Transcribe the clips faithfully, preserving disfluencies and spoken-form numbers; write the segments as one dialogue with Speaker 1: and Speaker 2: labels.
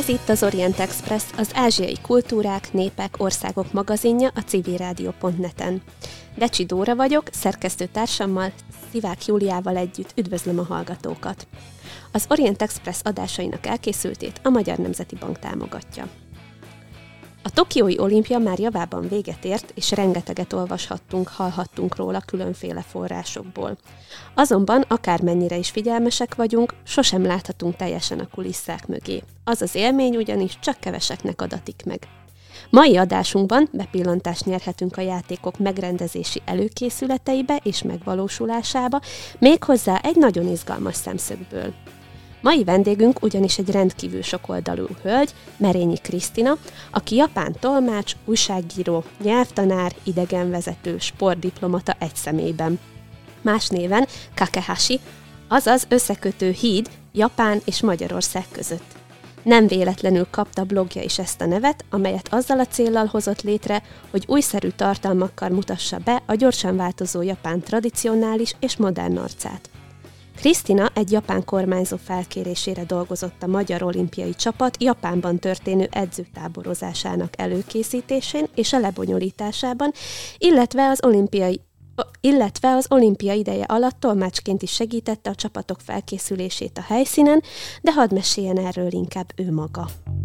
Speaker 1: itt az Orient Express, az ázsiai kultúrák, népek, országok magazinja a civilrádió pont net-en. Decsi Dóra vagyok, szerkesztőtársammal, Szivák Júliával együtt üdvözlöm a hallgatókat. Az Orient Express adásainak elkészültét a Magyar Nemzeti Bank támogatja. A tokiói olimpia már javában véget ért, és rengeteget olvashattunk, hallhattunk róla különféle forrásokból. Azonban, akármennyire is figyelmesek vagyunk, sosem láthatunk teljesen a kulisszák mögé. Az az élmény ugyanis csak keveseknek adatik meg. Mai adásunkban bepillantást nyerhetünk a játékok megrendezési előkészületeibe és megvalósulásába, méghozzá egy nagyon izgalmas szemszögből. Mai vendégünk ugyanis egy rendkívül sokoldalú hölgy, Merényi Krisztina, aki japán tolmács, újságíró, nyelvtanár, idegenvezető, sportdiplomata egy személyben. Más néven Kakehashi, azaz összekötő híd Japán és Magyarország között. Nem véletlenül kapta blogja is ezt a nevet, amelyet azzal a céllal hozott létre, hogy újszerű tartalmakkal mutassa be a gyorsan változó japán tradicionális és modern arcát. Krisztina egy japán kormányzó felkérésére dolgozott a Magyar Olimpiai Csapat Japánban történő edzőtáborozásának előkészítésén és a lebonyolításában, illetve az olimpiai, illetve az olimpia ideje alatt tolmácsként is segítette a csapatok felkészülését a helyszínen, de hadd meséljen erről inkább ő maga.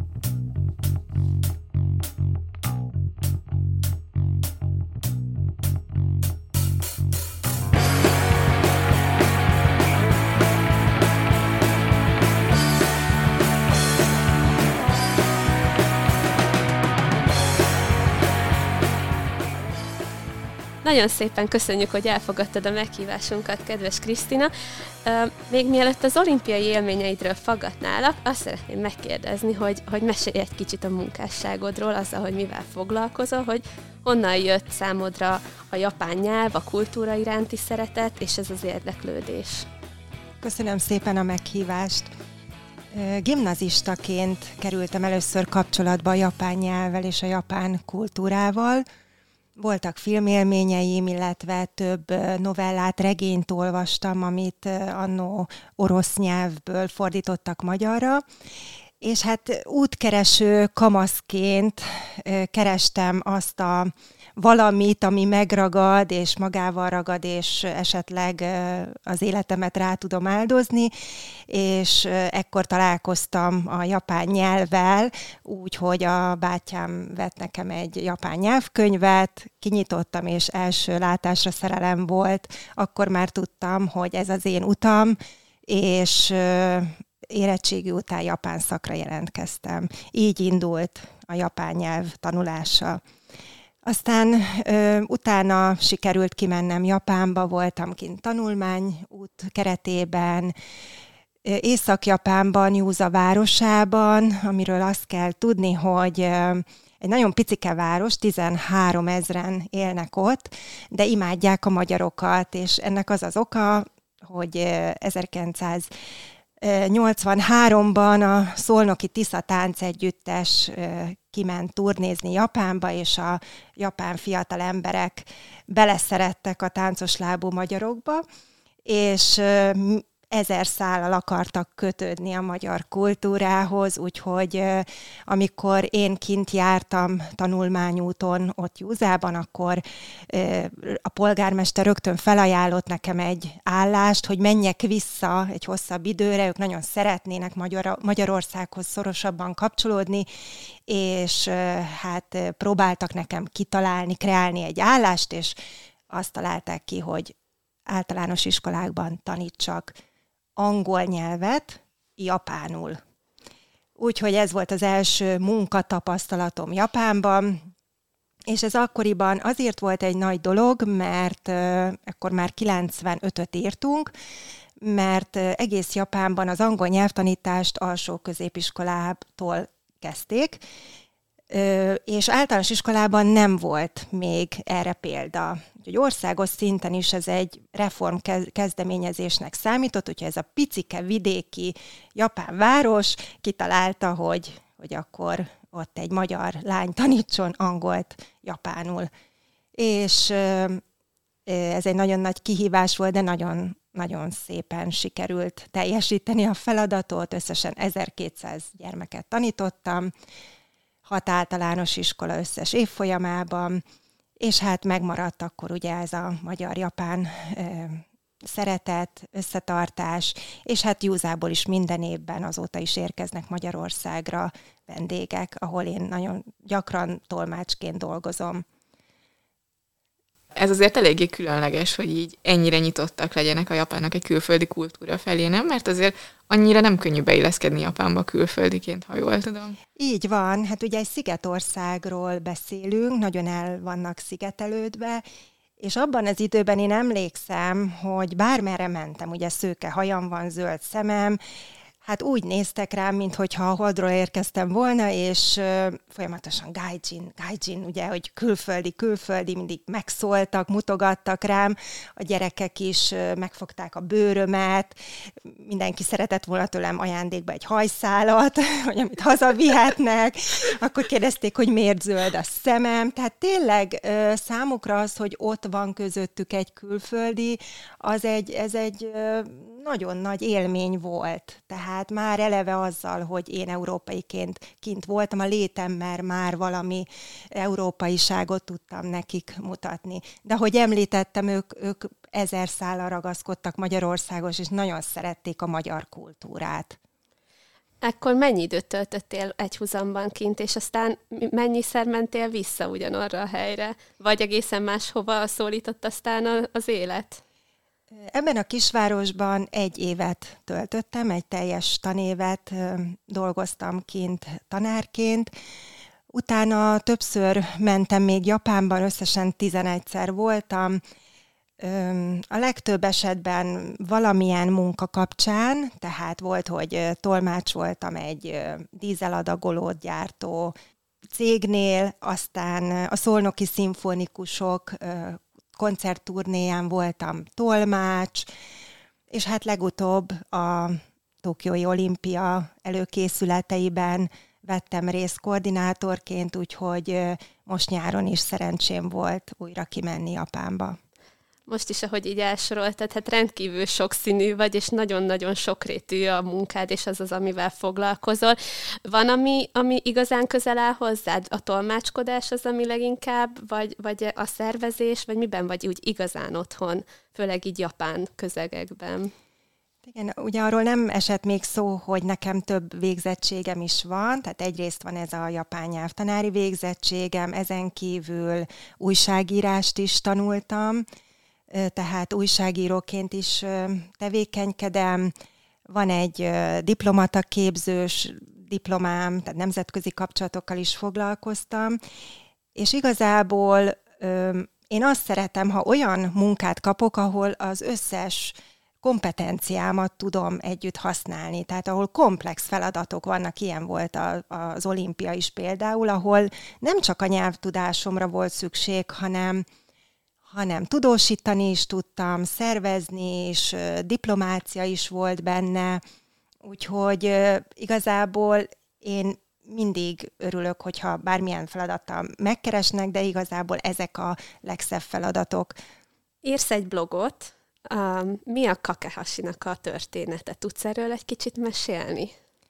Speaker 1: Nagyon szépen köszönjük, hogy elfogadtad a meghívásunkat, kedves Krisztina. Még mielőtt az olimpiai élményeidről faggatnálak, azt szeretném megkérdezni, hogy, hogy mesélj egy kicsit a munkásságodról, azzal, hogy mivel foglalkozol, hogy honnan jött számodra a japán nyelv, a kultúra iránti szeretet, és ez az érdeklődés.
Speaker 2: Köszönöm szépen a meghívást. Gimnazistaként kerültem először kapcsolatba a japán nyelvvel és a japán kultúrával. Voltak filmélményeim, illetve több novellát, regényt olvastam, amit annó orosz nyelvből fordítottak magyarra, és hát útkereső kamaszként kerestem azt a valamit, ami megragad, és magával ragad, és esetleg az életemet rá tudom áldozni, és ekkor találkoztam a japán nyelvvel, úgy, hogy a bátyám vett nekem egy japán nyelvkönyvet, kinyitottam, és első látásra szerelem volt, akkor már tudtam, hogy ez az én utam, és érettségi után japán szakra jelentkeztem. Így indult a japán nyelv tanulása. Aztán ö, utána sikerült kimennem Japánba, voltam kint tanulmányút keretében, Észak-Japánban, Júza városában, amiről azt kell tudni, hogy ö, egy nagyon picike város, tizenhárom ezren élnek ott, de imádják a magyarokat, és ennek az az oka, hogy ezerkilencszáznyolcvanháromban a Szolnoki Tisza táncegyüttes kiment turnézni Japánba, és a japán fiatal emberek beleszerettek a táncos lábú magyarokba, és ezer szállal akartak kötődni a magyar kultúrához, úgyhogy amikor én kint jártam tanulmányúton ott Júzában, akkor a polgármester rögtön felajánlott nekem egy állást, hogy menjek vissza egy hosszabb időre, ők nagyon szeretnének Magyar- Magyarországhoz szorosabban kapcsolódni, és hát próbáltak nekem kitalálni, kreálni egy állást, és azt találták ki, hogy általános iskolákban tanítsak angol nyelvet, japánul. Úgyhogy ez volt az első munkatapasztalatom Japánban, és ez akkoriban azért volt egy nagy dolog, mert uh, akkor már kilencvenötöt írtunk, mert uh, egész Japánban az angol nyelvtanítást alsó középiskolától kezdték, uh, és általános iskolában nem volt még erre példa. Úgyhogy országos szinten is ez egy reform kezdeményezésnek számított, hogyha ez a picike vidéki japán város kitalálta, hogy, hogy akkor ott egy magyar lány tanítson angolt japánul. És ez egy nagyon nagy kihívás volt, de nagyon nagyon szépen sikerült teljesíteni a feladatot, összesen ezerkétszáz gyermeket tanítottam, hat általános iskola összes évfolyamában, és hát megmaradt akkor ugye ez a magyar-japán szeretet, összetartás, és hát Júzából is minden évben azóta is érkeznek Magyarországra vendégek, ahol én nagyon gyakran tolmácsként dolgozom.
Speaker 3: Ez azért eléggé különleges, hogy így ennyire nyitottak legyenek a japánok egy külföldi kultúra felé, nem? Mert azért annyira nem könnyű beilleszkedni Japánba külföldiként, ha jól tudom.
Speaker 2: Így van, hát ugye egy szigetországról beszélünk, nagyon el vannak szigetelődve, és abban az időben én emlékszem, hogy bármerre mentem, ugye szőke hajam van, zöld szemem, hát úgy néztek rám, minthogyha a Holdról érkeztem volna, és uh, folyamatosan gaijin, gaijin, ugye, hogy külföldi, külföldi, mindig megszóltak, mutogattak rám, a gyerekek is uh, megfogták a bőrömet, mindenki szeretett volna tőlem ajándékba egy hajszálat, hogy amit hazavihetnek, akkor kérdezték, hogy miért zöld a szemem, tehát tényleg uh, számukra az, hogy ott van közöttük egy külföldi, az egy, ez egy uh, nagyon nagy élmény volt. Tehát már eleve azzal, hogy én európaiként kint voltam, a létemmel már valami európaiságot tudtam nekik mutatni. De ahogy említettem, ők, ők ezer szállal ragaszkodtak Magyarországos, és nagyon szerették a magyar kultúrát.
Speaker 1: Akkor mennyi időt töltöttél egyhuzamban kint, és aztán mennyiszer mentél vissza ugyanarra a helyre? Vagy egészen máshova szólított aztán az élet?
Speaker 2: Ebben a kisvárosban egy évet töltöttem, egy teljes tanévet dolgoztam kint tanárként. Utána többször mentem még Japánban, összesen tizenegyszer voltam. A legtöbb esetben valamilyen munka kapcsán, tehát volt, hogy tolmács voltam egy dízeladagolót gyártó cégnél, aztán a szolnoki szimfonikusok koncertturnéján voltam tolmács, és hát legutóbb a Tokiói Olimpia előkészületeiben vettem részt koordinátorként, úgyhogy most nyáron is szerencsém volt újra kimenni Japánba.
Speaker 1: Most is, ahogy így elsoroltad, hát rendkívül sokszínű vagy, és nagyon-nagyon sokrétű a munkád, és az az, amivel foglalkozol. Van, ami, ami igazán közel áll hozzád? A tolmácskodás az, ami leginkább, vagy, vagy a szervezés, vagy miben vagy úgy igazán otthon, főleg így japán közegekben?
Speaker 2: Igen, ugye arról nem esett még szó, hogy nekem több végzettségem is van, tehát egyrészt van ez a japán nyelvtanári végzettségem, ezen kívül újságírást is tanultam, tehát újságíróként is tevékenykedem, van egy diplomata képzős diplomám, tehát nemzetközi kapcsolatokkal is foglalkoztam, és igazából én azt szeretem, ha olyan munkát kapok, ahol az összes kompetenciámat tudom együtt használni, tehát ahol komplex feladatok vannak, ilyen volt a, az olimpia is például, ahol nem csak a nyelvtudásomra volt szükség, hanem hanem tudósítani is tudtam, szervezni is, diplomácia is volt benne, úgyhogy igazából én mindig örülök, hogyha bármilyen feladattal megkeresnek, de igazából ezek a legszebb feladatok.
Speaker 1: Írsz egy blogot, um, mi a Kakehashi-nak a története? Tudsz erről egy kicsit mesélni?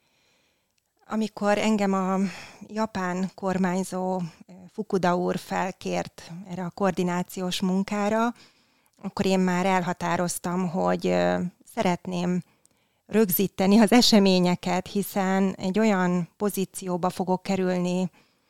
Speaker 2: Amikor engem a japán kormányzó Fukuda úr felkért erre a koordinációs munkára, akkor én már elhatároztam, hogy szeretném rögzíteni az eseményeket, hiszen egy olyan pozícióba fogok kerülni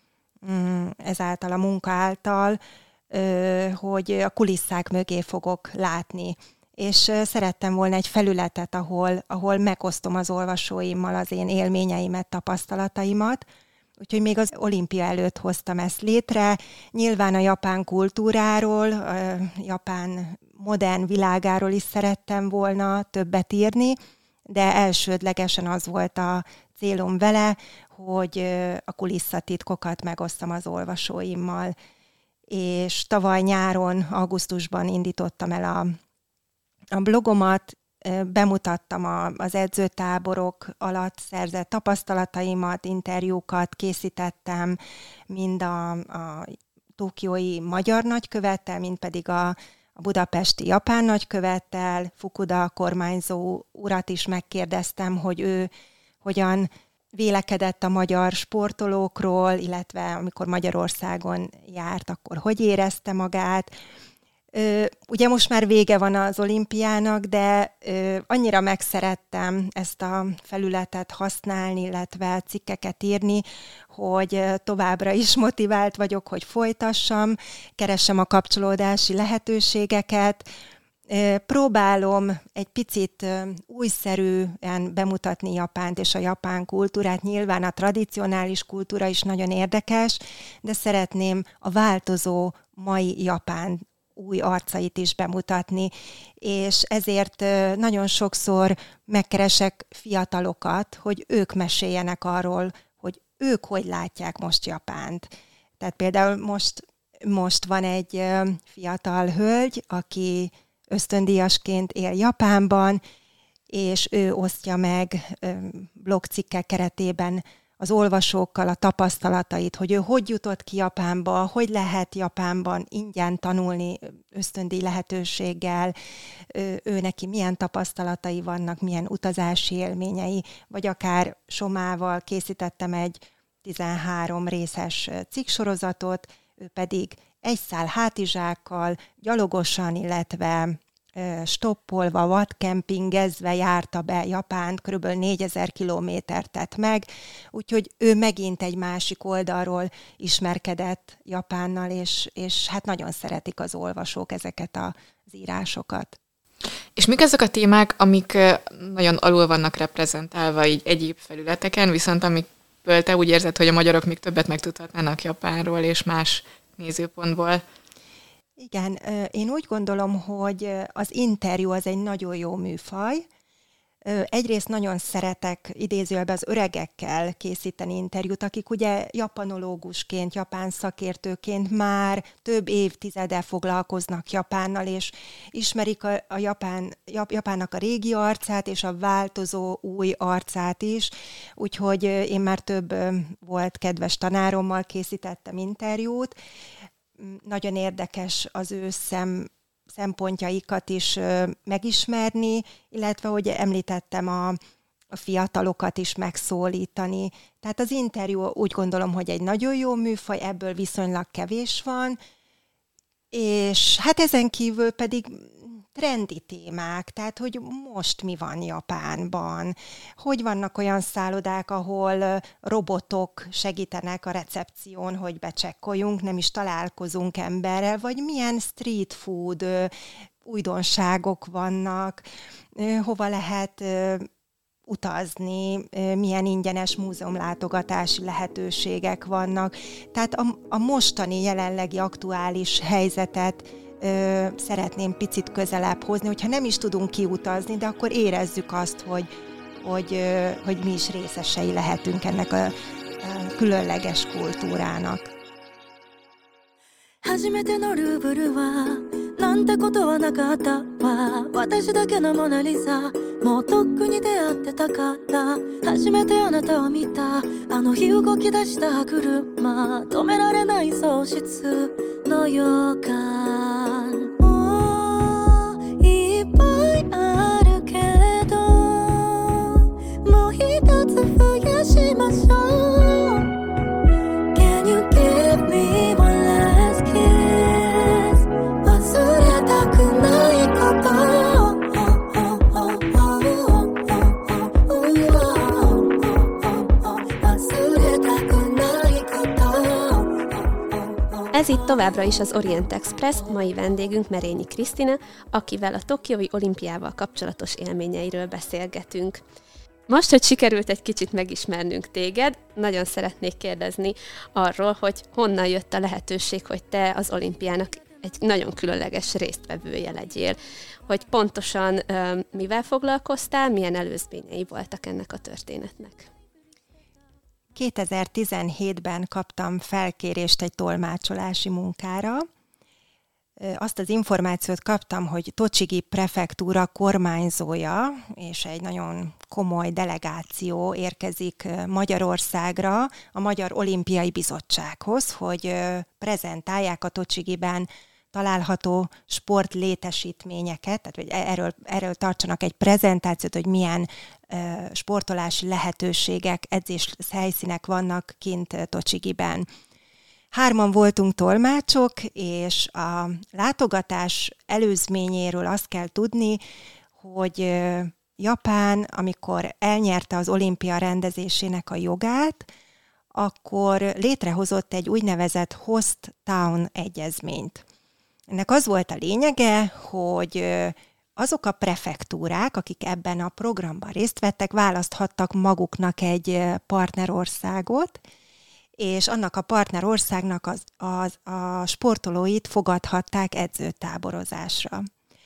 Speaker 2: ezáltal a munka által, hogy a kulisszák mögé fogok látni. És szerettem volna egy felületet, ahol, ahol megosztom az olvasóimmal az én élményeimet, tapasztalataimat. Úgyhogy még az olimpia előtt hoztam ezt létre. Nyilván a japán kultúráról, a japán modern világáról is szerettem volna többet írni, de elsődlegesen az volt a célom vele, hogy a kulisszatitkokat megosztam az olvasóimmal. És tavaly nyáron, augusztusban indítottam el a A blogomat, bemutattam a, az edzőtáborok alatt szerzett tapasztalataimat, interjúkat készítettem, mind a, a tokiói magyar nagykövettel, mind pedig a, a budapesti japán nagykövettel, Fukuda kormányzó urat is megkérdeztem, hogy ő hogyan vélekedett a magyar sportolókról, illetve amikor Magyarországon járt, akkor hogy érezte magát. Ugye most már vége van az olimpiának, de annyira megszerettem ezt a felületet használni, illetve cikkeket írni, hogy továbbra is motivált vagyok, hogy folytassam, keressem a kapcsolódási lehetőségeket, próbálom egy picit újszerűen bemutatni Japánt és a japán kultúrát. Nyilván a tradicionális kultúra is nagyon érdekes, de szeretném a változó mai Japán új arcait is bemutatni, és ezért nagyon sokszor megkeresek fiatalokat, hogy ők meséljenek arról, hogy ők hogy látják most Japánt. Tehát például most, most van egy fiatal hölgy, aki ösztöndíjasként él Japánban, és ő osztja meg blogcikkek keretében az olvasókkal a tapasztalatait, hogy ő hogy jutott ki Japánba, hogy lehet Japánban ingyen tanulni ösztöndíj lehetőséggel, ő neki milyen tapasztalatai vannak, milyen utazási élményei, vagy akár Somával készítettem egy tizenhárom részes cikksorozatot, ő pedig egy szál hátizsákkal, gyalogosan, illetve stoppolva, vadkempingezve járta be Japánt, körülbelül négyezer kilométert tett meg, úgyhogy ő megint egy másik oldalról ismerkedett Japánnal, és, és hát nagyon szeretik az olvasók ezeket az írásokat.
Speaker 3: És mik azok a témák, amik nagyon alul vannak reprezentálva így egyéb felületeken, viszont amikből te úgy érzed, hogy a magyarok még többet megtudhatnának Japánról és más nézőpontból?
Speaker 2: Igen, én úgy gondolom, hogy az interjú az egy nagyon jó műfaj. Egyrészt nagyon szeretek idézőjelben az öregekkel készíteni interjút, akik ugye japanológusként, japán szakértőként már több évtizede foglalkoznak Japánnal, és ismerik a, a Japán, Japánnak a régi arcát, és a változó új arcát is. Úgyhogy én már több volt kedves tanárommal készítettem interjút. Nagyon érdekes az ő szem, szempontjaikat is ö, megismerni, illetve, hogy említettem, a, a fiatalokat is megszólítani. Tehát az interjú úgy gondolom, hogy egy nagyon jó műfaj, ebből viszonylag kevés van, és hát ezen kívül pedig trendi témák, tehát hogy most mi van Japánban, hogy vannak olyan szállodák, ahol robotok segítenek a recepción, hogy becsekkoljunk, nem is találkozunk emberrel, vagy milyen street food újdonságok vannak, hova lehet utazni, milyen ingyenes múzeumlátogatási lehetőségek vannak. Tehát a, a mostani jelenlegi aktuális helyzetet Ö, szeretném picit közelebb hozni, hogyha nem is tudunk kiutazni, de akkor érezzük azt, hogy, hogy, ö, hogy mi is részesei lehetünk ennek a, a különleges kultúrának. 初めてのルーブルはなんてことはなかったわ私だけのモナリザもうとっくに出会ってたから初めてあなたを見たあの日動き出した車止められない喪失の予感もういっぱいあるけどもう一つ増やしましょう Can you give me one last kiss 忘れたくないことEz itt továbbra is az Orient Express, mai vendégünk Merényi Krisztina, akivel a tokiói olimpiával kapcsolatos élményeiről beszélgetünk. Most, hogy sikerült egy kicsit megismernünk téged, nagyon szeretnék kérdezni arról, hogy honnan jött a lehetőség, hogy te az olimpiának egy nagyon különleges résztvevője legyél. Hogy pontosan uh, mivel foglalkoztál, milyen előzményei voltak ennek a történetnek? kétezer-tizenhétben kaptam felkérést egy tolmácsolási munkára. Azt az információt kaptam, hogy Tochigi prefektúra kormányzója és egy nagyon komoly delegáció érkezik Magyarországra a Magyar Olimpiai Bizottsághoz, hogy prezentálják a Tochigiben található sportlétesítményeket, tehát hogy erről, erről tartsanak egy prezentációt, hogy milyen uh, sportolási lehetőségek, edzés helyszínek vannak kint Tocsigiben. Hárman voltunk tolmácsok, és a látogatás előzményéről azt kell tudni, hogy uh, Japán, amikor elnyerte az olimpia rendezésének a jogát, akkor létrehozott egy úgynevezett Host Town egyezményt. Ennek az volt a lényege, hogy azok a prefektúrák, akik ebben a programban részt vettek, választhattak maguknak egy partnerországot, és annak a partnerországnak az, az, a sportolóit fogadhatták edzőtáborozásra.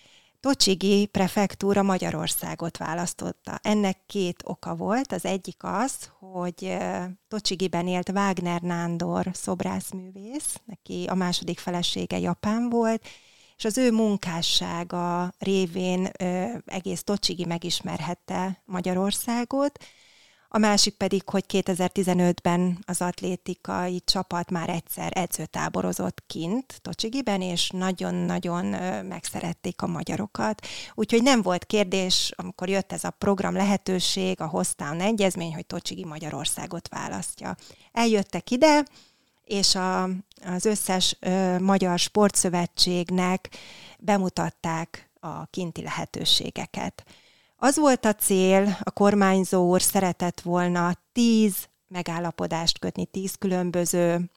Speaker 2: Tocsigi prefektúra Magyarországot választotta. Ennek két oka volt. Az egyik az, hogy Tocsigiben élt Wagner Nándor szobrászművész, neki a második felesége japán volt, és az ő munkássága révén ö, egész Tocsigi megismerhette Magyarországot. A másik pedig, hogy kétezer-tizenötben az atlétikai csapat már egyszer edzőtáborozott kint Tocsigiben, és nagyon-nagyon megszerették a magyarokat. Úgyhogy nem volt kérdés, amikor jött ez a program lehetőség, a Host Town egyezmény, hogy Tocsigi Magyarországot választja. Eljöttek ide, és a, az összes ö, magyar sportszövetségnek bemutatták a kinti lehetőségeket. Az volt a cél, a kormányzó úr szeretett volna tíz megállapodást kötni, tíz különböző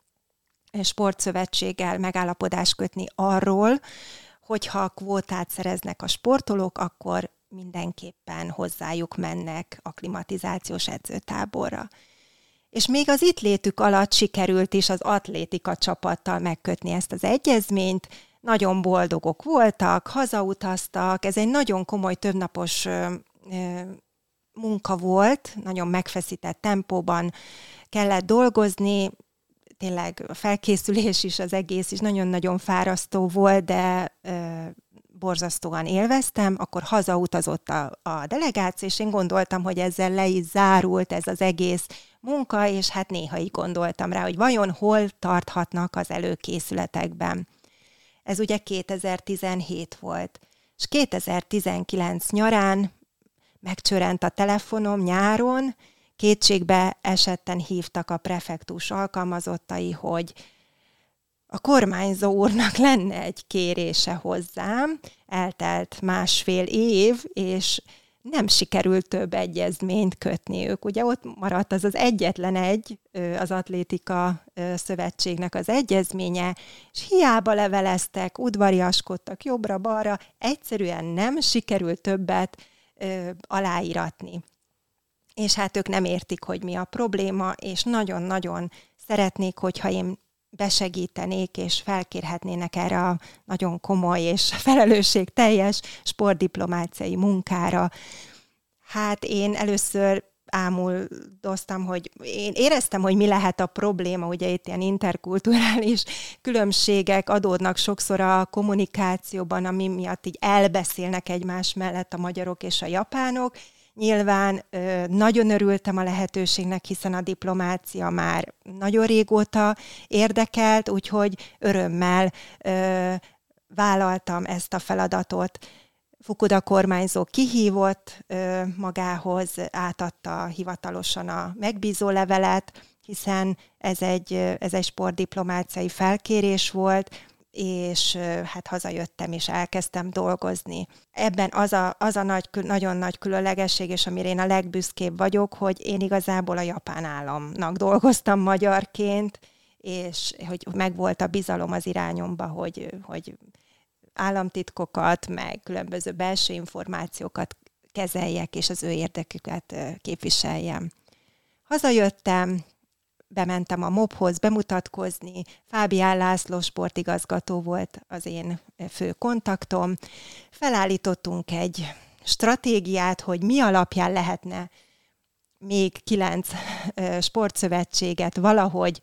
Speaker 2: sportszövetséggel megállapodást kötni arról, hogyha kvótát szereznek a sportolók, akkor mindenképpen hozzájuk mennek akklimatizációs edzőtáborra. És még az itt létük alatt sikerült is az atlétika csapattal megkötni ezt az egyezményt. Nagyon boldogok voltak, hazautaztak, ez egy nagyon komoly többnapos ö, ö, munka volt, nagyon megfeszített tempóban kellett dolgozni, tényleg a felkészülés is, az egész is nagyon-nagyon fárasztó volt, de ö, borzasztóan élveztem. Akkor hazautazott a, a delegáció, és én gondoltam, hogy ezzel le is zárult ez az egész munka, és hát néha így gondoltam rá, hogy vajon hol tarthatnak az előkészületekben. Ez ugye kétezer-tizenhét volt, és kétezer-tizenkilenc nyarán megcsörrent a telefonom nyáron, kétségbe esetten hívtak a prefektus alkalmazottai, hogy a kormányzó úrnak lenne egy kérése hozzám, eltelt másfél év, és nem sikerült több egyezményt kötniük. Ugye ott maradt az az egyetlen egy, az atlétika szövetségnek az egyezménye, és hiába leveleztek, udvariaskodtak jobbra-balra, egyszerűen nem sikerült többet ö, aláíratni. És hát ők nem értik, hogy mi a probléma, és nagyon-nagyon szeretnék, hogyha én besegítenék, és felkérhetnének erre a nagyon komoly és felelősségteljes sportdiplomáciai munkára. Hát én először ámuldoztam, hogy én éreztem, hogy mi lehet a probléma, ugye itt ilyen interkulturális különbségek adódnak sokszor a kommunikációban, ami miatt így elbeszélnek egymás mellett a magyarok és a japánok. Nyilván ö, nagyon örültem a lehetőségnek, hiszen a diplomácia már nagyon régóta érdekelt, úgyhogy örömmel ö, vállaltam ezt a feladatot. Fukuda kormányzó kihívott ö, magához, átadta hivatalosan a megbízó levelet, hiszen ez egy, ez egy sportdiplomáciai felkérés volt, és hát hazajöttem, és elkezdtem dolgozni. Ebben az a, az a nagy, nagyon nagy különlegesség, és amire én a legbüszkébb vagyok, hogy én igazából a japán államnak dolgoztam magyarként, és hogy megvolt a bizalom az irányomba, hogy, hogy államtitkokat, meg különböző belső információkat kezeljek, és az ő érdeküket képviseljem. Hazajöttem, bementem a mobhoz bemutatkozni, Fábián László sportigazgató volt az én fő kontaktom. Felállítottunk egy stratégiát, hogy mi alapján lehetne még kilenc sportszövetséget valahogy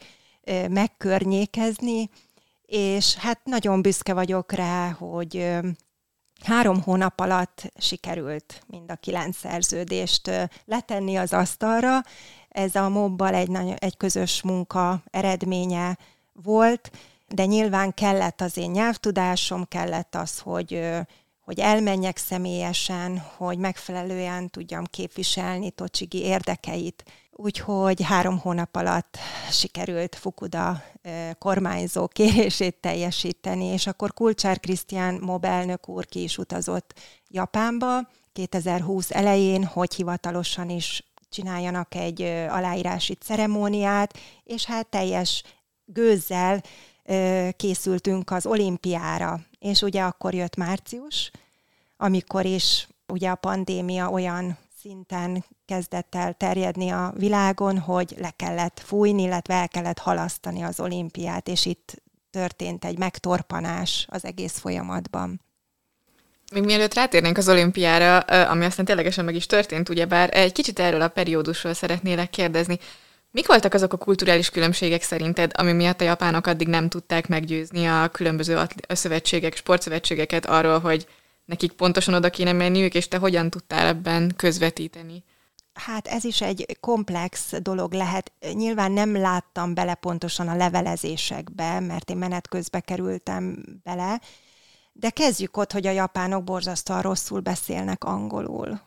Speaker 2: megkörnyékezni, és hát nagyon büszke vagyok rá, hogy három hónap alatt sikerült mind a kilenc szerződést letenni az asztalra. Ez a mobbal egy, egy közös munka eredménye volt, de nyilván kellett az én nyelvtudásom, kellett az, hogy, hogy elmenjek személyesen, hogy megfelelően tudjam képviselni Tocsigi érdekeit. Úgyhogy három hónap alatt sikerült Fukuda kormányzó kérését teljesíteni, és akkor Kulcsár Krisztián MOB elnök úr ki is utazott Japánba kétezer-húsz elején, hogy hivatalosan is csináljanak egy aláírási ceremóniát, és hát teljes gőzzel készültünk az olimpiára. És ugye akkor jött március, amikor is ugye a pandémia olyan szinten kezdett el terjedni a világon, hogy le kellett fújni, illetve el kellett halasztani az olimpiát, és itt történt egy megtorpanás az egész folyamatban.
Speaker 3: Még mielőtt rátérnénk az olimpiára, ami aztán ténylegesen meg is történt, ugyebár egy kicsit erről a periódusról szeretnélek kérdezni. Mik voltak azok a kulturális különbségek szerinted, ami miatt a japánok addig nem tudták meggyőzni a különböző atl- a szövetségek, sportszövetségeket arról, hogy nekik pontosan oda kéne menniük, és te hogyan tudtál ebben közvetíteni?
Speaker 2: Hát ez is egy komplex dolog lehet. Nyilván nem láttam bele pontosan a levelezésekbe, mert én menet közbe kerültem bele, de kezdjük ott, hogy a japánok borzasztóan rosszul beszélnek angolul.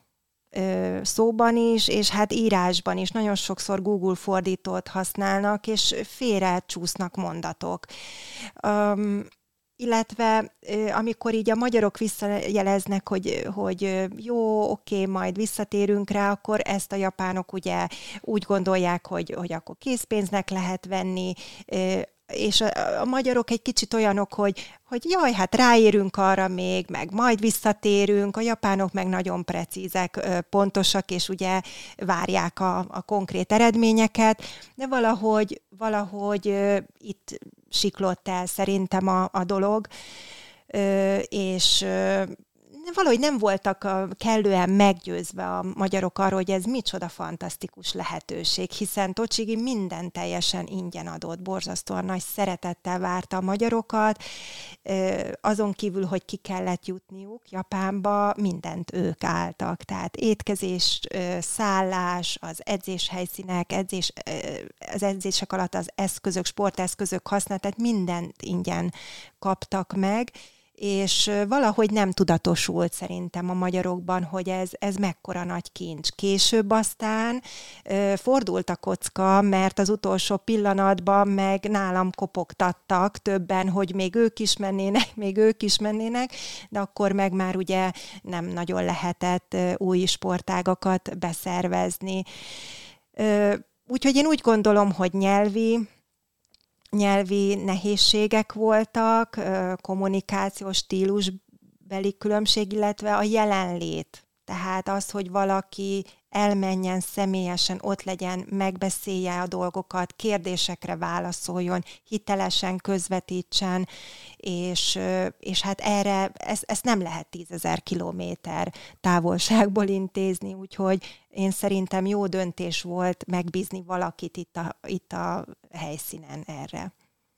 Speaker 2: Szóban is, és hát írásban is. Nagyon sokszor Google fordítót használnak, és félre csúsznak mondatok. Um, illetve amikor így a magyarok visszajeleznek, hogy, hogy jó, oké, majd visszatérünk rá, akkor ezt a japánok ugye úgy gondolják, hogy, hogy akkor készpénznek lehet venni, és a, a magyarok egy kicsit olyanok, hogy, hogy jaj, hát ráérünk arra még, meg majd visszatérünk, a japánok meg nagyon precízek, pontosak, és ugye várják a, a konkrét eredményeket, de valahogy, valahogy itt siklott el szerintem a, a dolog, és valahogy nem voltak a, kellően meggyőzve a magyarok arról, hogy ez micsoda fantasztikus lehetőség, hiszen Tocsigi minden teljesen ingyen adott, borzasztóan nagy szeretettel várta a magyarokat, azon kívül, hogy ki kellett jutniuk Japánba, mindent ők álltak, tehát étkezés, szállás, az edzéshelyszínek, edzés, az edzések alatt az eszközök, sporteszközök használat, mindent ingyen kaptak meg, és valahogy nem tudatosult szerintem a magyarokban, hogy ez, ez mekkora nagy kincs. Később aztán ö, fordult a kocka, mert az utolsó pillanatban meg nálam kopogtattak többen, hogy még ők is mennének, még ők is mennének, de akkor meg már ugye nem nagyon lehetett ö, új sportágakat beszervezni. Ö, úgyhogy én úgy gondolom, hogy nyelvi, nyelvi nehézségek voltak, kommunikációs stílusbeli különbség, illetve a jelenlét. Tehát az, hogy valaki elmenjen személyesen, ott legyen, megbeszélje a dolgokat, kérdésekre válaszoljon, hitelesen közvetítsen, és, és hát erre, ezt, ezt nem lehet tízezer kilométer távolságból intézni, úgyhogy én szerintem jó döntés volt megbízni valakit itt a, itt a helyszínen erre.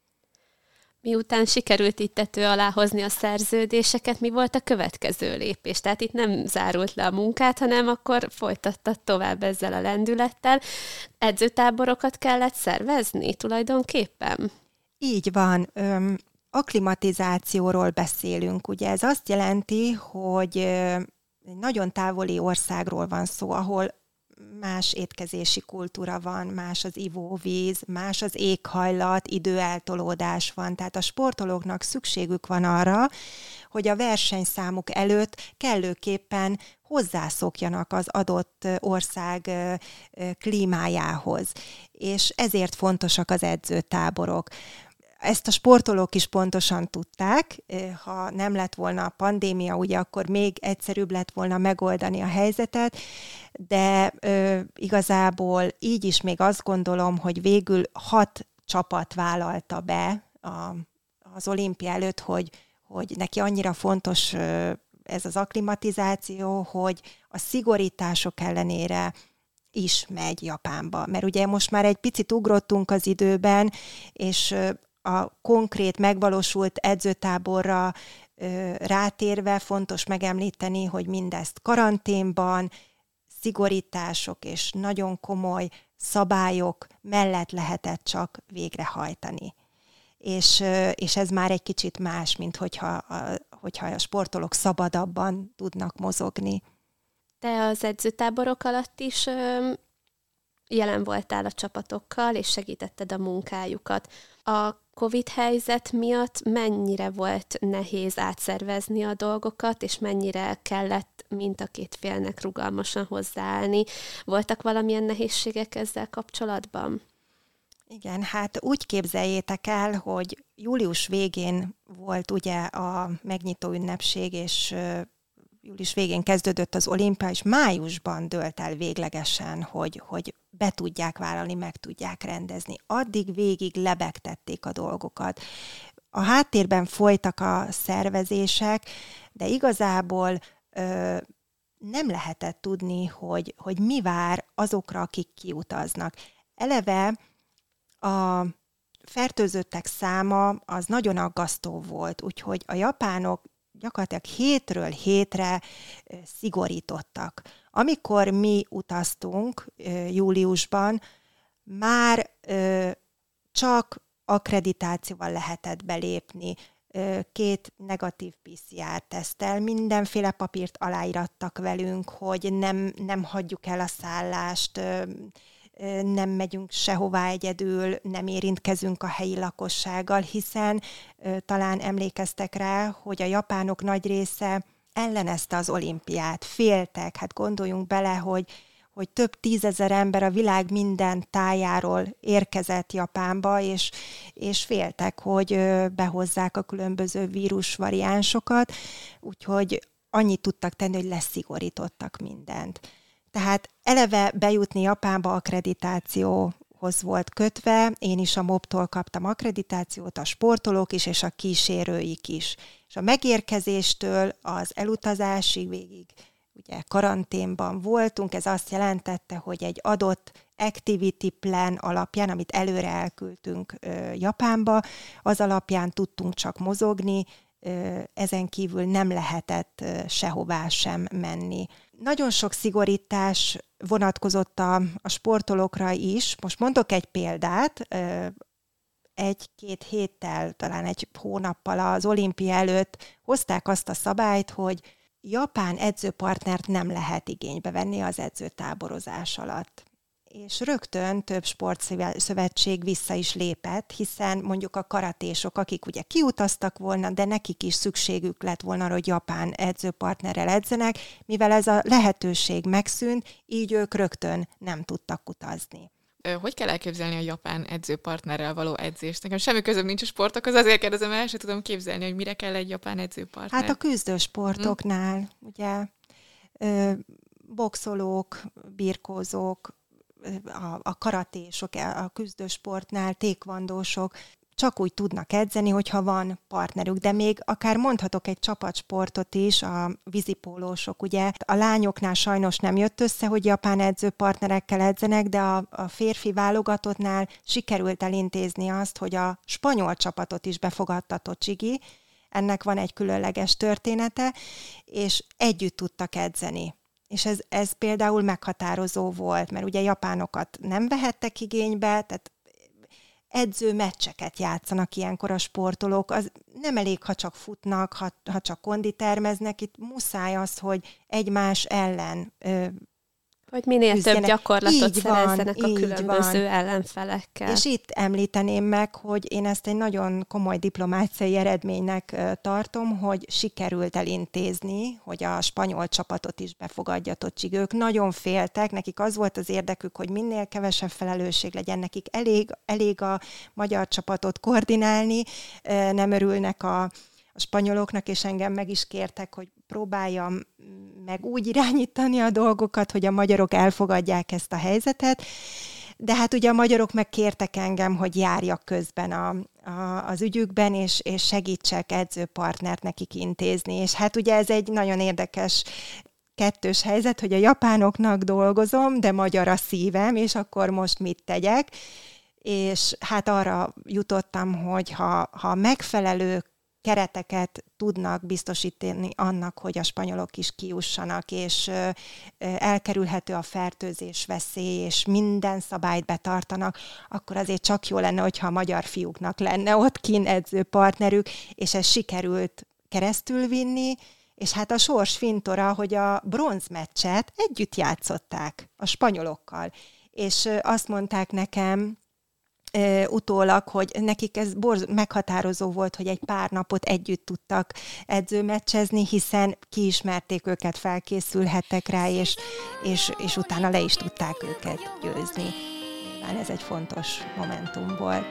Speaker 1: Miután sikerült itt tető alá hozni a szerződéseket, mi volt a következő lépés? Tehát itt nem zárult le a munkát, hanem akkor folytattad tovább ezzel a lendülettel. Edzőtáborokat kellett szervezni tulajdonképpen?
Speaker 2: Így van. Öm, akklimatizációról beszélünk. Ugye ez azt jelenti, hogy egy nagyon távoli országról van szó, ahol más étkezési kultúra van, más az ivóvíz, más az éghajlat, időeltolódás van. Tehát a sportolóknak szükségük van arra, hogy a versenyszámuk előtt kellőképpen hozzászokjanak az adott ország klímájához. És ezért fontosak az edzőtáborok. Ezt a sportolók is pontosan tudták, ha nem lett volna a pandémia, ugye akkor még egyszerűbb lett volna megoldani a helyzetet, de ö, igazából így is még azt gondolom, hogy végül hat csapat vállalta be a, az olimpia előtt, hogy, hogy neki annyira fontos ö, ez az akklimatizáció, hogy a szigorítások ellenére is megy Japánba. Mert ugye most már egy picit ugrottunk az időben, és a konkrét megvalósult edzőtáborra ö, rátérve fontos megemlíteni, hogy mindezt karanténban, szigorítások és nagyon komoly szabályok mellett lehetett csak végrehajtani. és, és ez már egy kicsit más, mint hogyha a, hogyha a sportolók szabadabban tudnak mozogni.
Speaker 1: Te az edzőtáborok alatt is ö, jelen voltál a csapatokkal, és segítetted a munkájukat. A Covid helyzet miatt mennyire volt nehéz átszervezni a dolgokat, és mennyire kellett mind a két félnek rugalmasan hozzáállni? Voltak valamilyen nehézségek ezzel kapcsolatban?
Speaker 2: Igen, hát úgy képzeljétek el, hogy július végén volt ugye a megnyitó ünnepség, és július végén kezdődött az olimpia, és májusban dőlt el véglegesen, hogy, hogy be tudják vállalni, meg tudják rendezni. Addig végig lebegtették a dolgokat. A háttérben folytak a szervezések, de igazából ö, nem lehetett tudni, hogy, hogy mi vár azokra, akik kiutaznak. Eleve a fertőzöttek száma az nagyon aggasztó volt, úgyhogy a japánok gyakorlatilag hétről hétre szigorítottak. Amikor mi utaztunk júliusban, már csak akkreditációval lehetett belépni, két negatív pé cé er-teszttel, mindenféle papírt aláírattak velünk, hogy nem, nem hagyjuk el a szállást, nem megyünk sehová egyedül, nem érintkezünk a helyi lakossággal, hiszen talán emlékeztek rá, hogy a japánok nagy része ellenezte az olimpiát, féltek, hát gondoljunk bele, hogy, hogy több tízezer ember a világ minden tájáról érkezett Japánba, és, és féltek, hogy behozzák a különböző vírusvariánsokat, úgyhogy annyit tudtak tenni, hogy leszigorítottak mindent. Tehát eleve bejutni Japánba akkreditációhoz volt kötve, én is a mobtól kaptam akkreditációt, a sportolók is, és a kísérőik is. És a megérkezéstől az elutazásig végig ugye karanténban voltunk, ez azt jelentette, hogy egy adott activity plan alapján, amit előre elküldtünk ö, Japánba, az alapján tudtunk csak mozogni, ö, ezen kívül nem lehetett ö, sehová sem menni. Nagyon sok szigorítás vonatkozott a, a sportolókra is. Most mondok egy példát, egy-két héttel, talán egy hónappal az olimpia előtt hozták azt a szabályt, hogy japán edzőpartnert nem lehet igénybe venni az edzőtáborozás alatt. És rögtön több sportszövetség vissza is lépett, hiszen mondjuk a karatésok, akik ugye kiutaztak volna, de nekik is szükségük lett volna, hogy japán edzőpartnerrel edzenek, mivel ez a lehetőség megszűnt, így ők rögtön nem tudtak utazni.
Speaker 3: Hogy kell elképzelni a japán edzőpartnerrel való edzést? Nekem semmi közöm nincs a sportokhoz, azért kérdezem, el sem tudom képzelni, hogy mire kell egy japán edzőpartner.
Speaker 2: Hát a küzdősportoknál, hm. ugye, ö, boxolók, birkózók, A, a karatésok, a küzdősportnál, tékvandósok csak úgy tudnak edzeni, hogyha van partnerük, de még akár mondhatok egy csapatsportot is, a vízipólósok, ugye a lányoknál sajnos nem jött össze, hogy japán edzőpartnerekkel edzenek, de a, a férfi válogatottnál sikerült elintézni azt, hogy a spanyol csapatot is befogadtatott Csigi, ennek van egy különleges története, és együtt tudtak edzeni. És ez, ez például meghatározó volt, mert ugye japánokat nem vehettek igénybe, tehát edző meccseket játszanak ilyenkor a sportolók. Az nem elég, ha csak futnak, ha, ha csak konditermeznek, itt muszáj az, hogy egymás ellen ö,
Speaker 1: hogy minél
Speaker 2: küzdjenek.
Speaker 1: Több gyakorlatot
Speaker 2: így
Speaker 1: szerezzenek
Speaker 2: van,
Speaker 1: a különböző
Speaker 2: van.
Speaker 1: ellenfelekkel.
Speaker 2: És itt említeném meg, hogy én ezt egy nagyon komoly diplomáciai eredménynek tartom, hogy sikerült elintézni, hogy a spanyol csapatot is befogadjatott Csig. Ők nagyon féltek, nekik az volt az érdekük, hogy minél kevesebb felelősség legyen, nekik elég, elég a magyar csapatot koordinálni, nem örülnek a a spanyoloknak, és engem meg is kértek, hogy próbáljam meg úgy irányítani a dolgokat, hogy a magyarok elfogadják ezt a helyzetet, de hát ugye a magyarok meg kértek engem, hogy járjak közben a, a, az ügyükben, és, és segítsek edzőpartnert nekik intézni, és hát ugye ez egy nagyon érdekes kettős helyzet, hogy a japánoknak dolgozom, de magyar a szívem, és akkor most mit tegyek, és hát arra jutottam, hogy ha, ha megfelelő kereteket tudnak biztosítani annak, hogy a spanyolok is kijussanak, és elkerülhető a fertőzés veszély, és minden szabályt betartanak, akkor azért csak jó lenne, hogyha a magyar fiúknak lenne ott kint edzőpartnerük, és ez sikerült keresztülvinni, és hát a sors fintora, hogy a bronzmeccset együtt játszották a spanyolokkal, és azt mondták nekem uh, utólag, hogy nekik ez borz- meghatározó volt, hogy egy pár napot együtt tudtak edzőmeccsezni, hiszen kiismerték őket, felkészülhettek rá, és, és, és utána le is tudták őket győzni. Nyilván ez egy fontos momentum volt.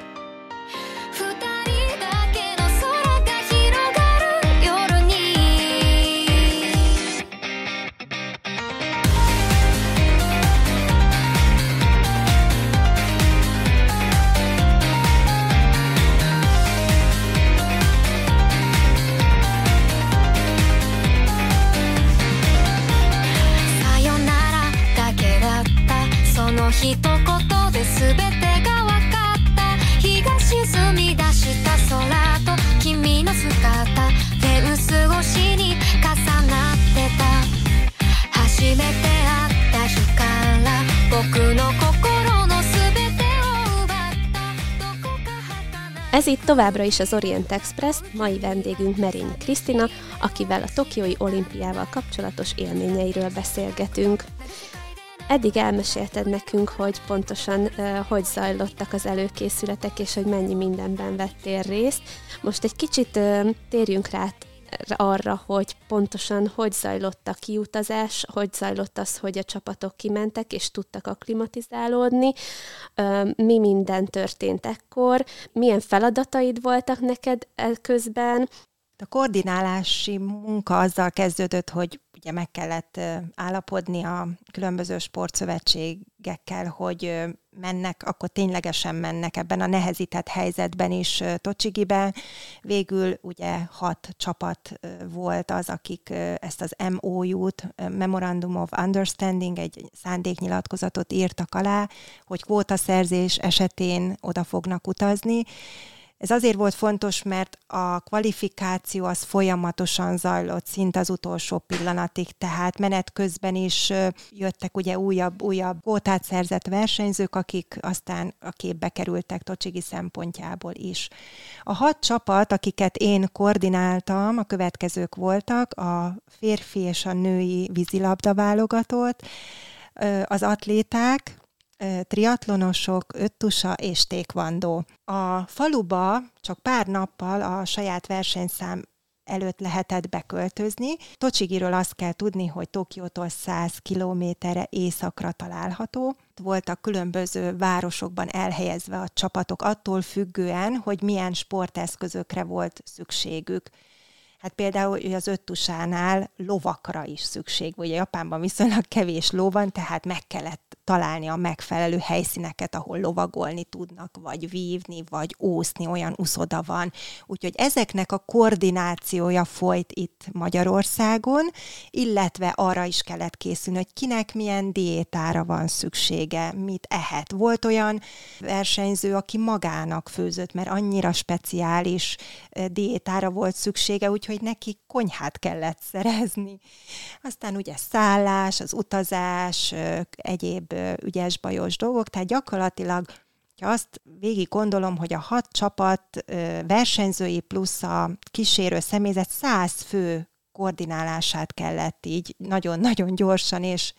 Speaker 1: Ez itt továbbra is az Orient Express, mai vendégünk Merényi Krisztina, akivel a tokiói olimpiával kapcsolatos élményeiről beszélgetünk. Eddig elmesélted nekünk, hogy pontosan uh, hogy zajlottak az előkészületek, és hogy mennyi mindenben vettél részt. Most egy kicsit uh, térjünk rá arra, hogy pontosan hogy zajlott a kiutazás, hogy zajlott az, hogy a csapatok kimentek, és tudtak akklimatizálódni, uh, mi minden történt ekkor, milyen feladataid voltak neked közben.
Speaker 2: A koordinálási munka azzal kezdődött, hogy ugye meg kellett állapodni a különböző sportszövetségekkel, hogy mennek, akkor ténylegesen mennek ebben a nehezített helyzetben is Tocsigiben. Végül ugye hat csapat volt az, akik ezt az em o u-t, Memorandum of Understanding, egy szándéknyilatkozatot írtak alá, hogy kvótaszerzés esetén oda fognak utazni. Ez azért volt fontos, mert a kvalifikáció az folyamatosan zajlott, szinte az utolsó pillanatig, tehát menet közben is jöttek ugye újabb, újabb kvótát szerzett versenyzők, akik aztán a képbe kerültek Tocsigi szempontjából is. A hat csapat, akiket én koordináltam, a következők voltak, a férfi és a női vízilabda válogatott, az atléták, triatlonosok, öttusa és tékvandó. A faluba csak pár nappal a saját versenyszám előtt lehetett beköltözni. Tocsigiről azt kell tudni, hogy Tokiótól száz kilométerre északra található. Voltak különböző városokban elhelyezve a csapatok attól függően, hogy milyen sporteszközökre volt szükségük. Hát például az öttusánál lovakra is szükség, ugye Japánban viszonylag kevés ló van, tehát meg kellett találni a megfelelő helyszíneket, ahol lovagolni tudnak, vagy vívni, vagy úszni, olyan uszoda van. Úgyhogy ezeknek a koordinációja folyt itt Magyarországon, illetve arra is kellett készülni, hogy kinek milyen diétára van szüksége, mit ehet. Volt olyan versenyző, aki magának főzött, mert annyira speciális diétára volt szüksége, úgyhogy neki konyhát kellett szerezni. Aztán ugye szállás, az utazás, egyéb ügyes-bajos dolgok, tehát gyakorlatilag, ha azt végig gondolom, hogy a hat csapat versenyzői plusz a kísérő személyzet száz fő koordinálását kellett így nagyon-nagyon gyorsan és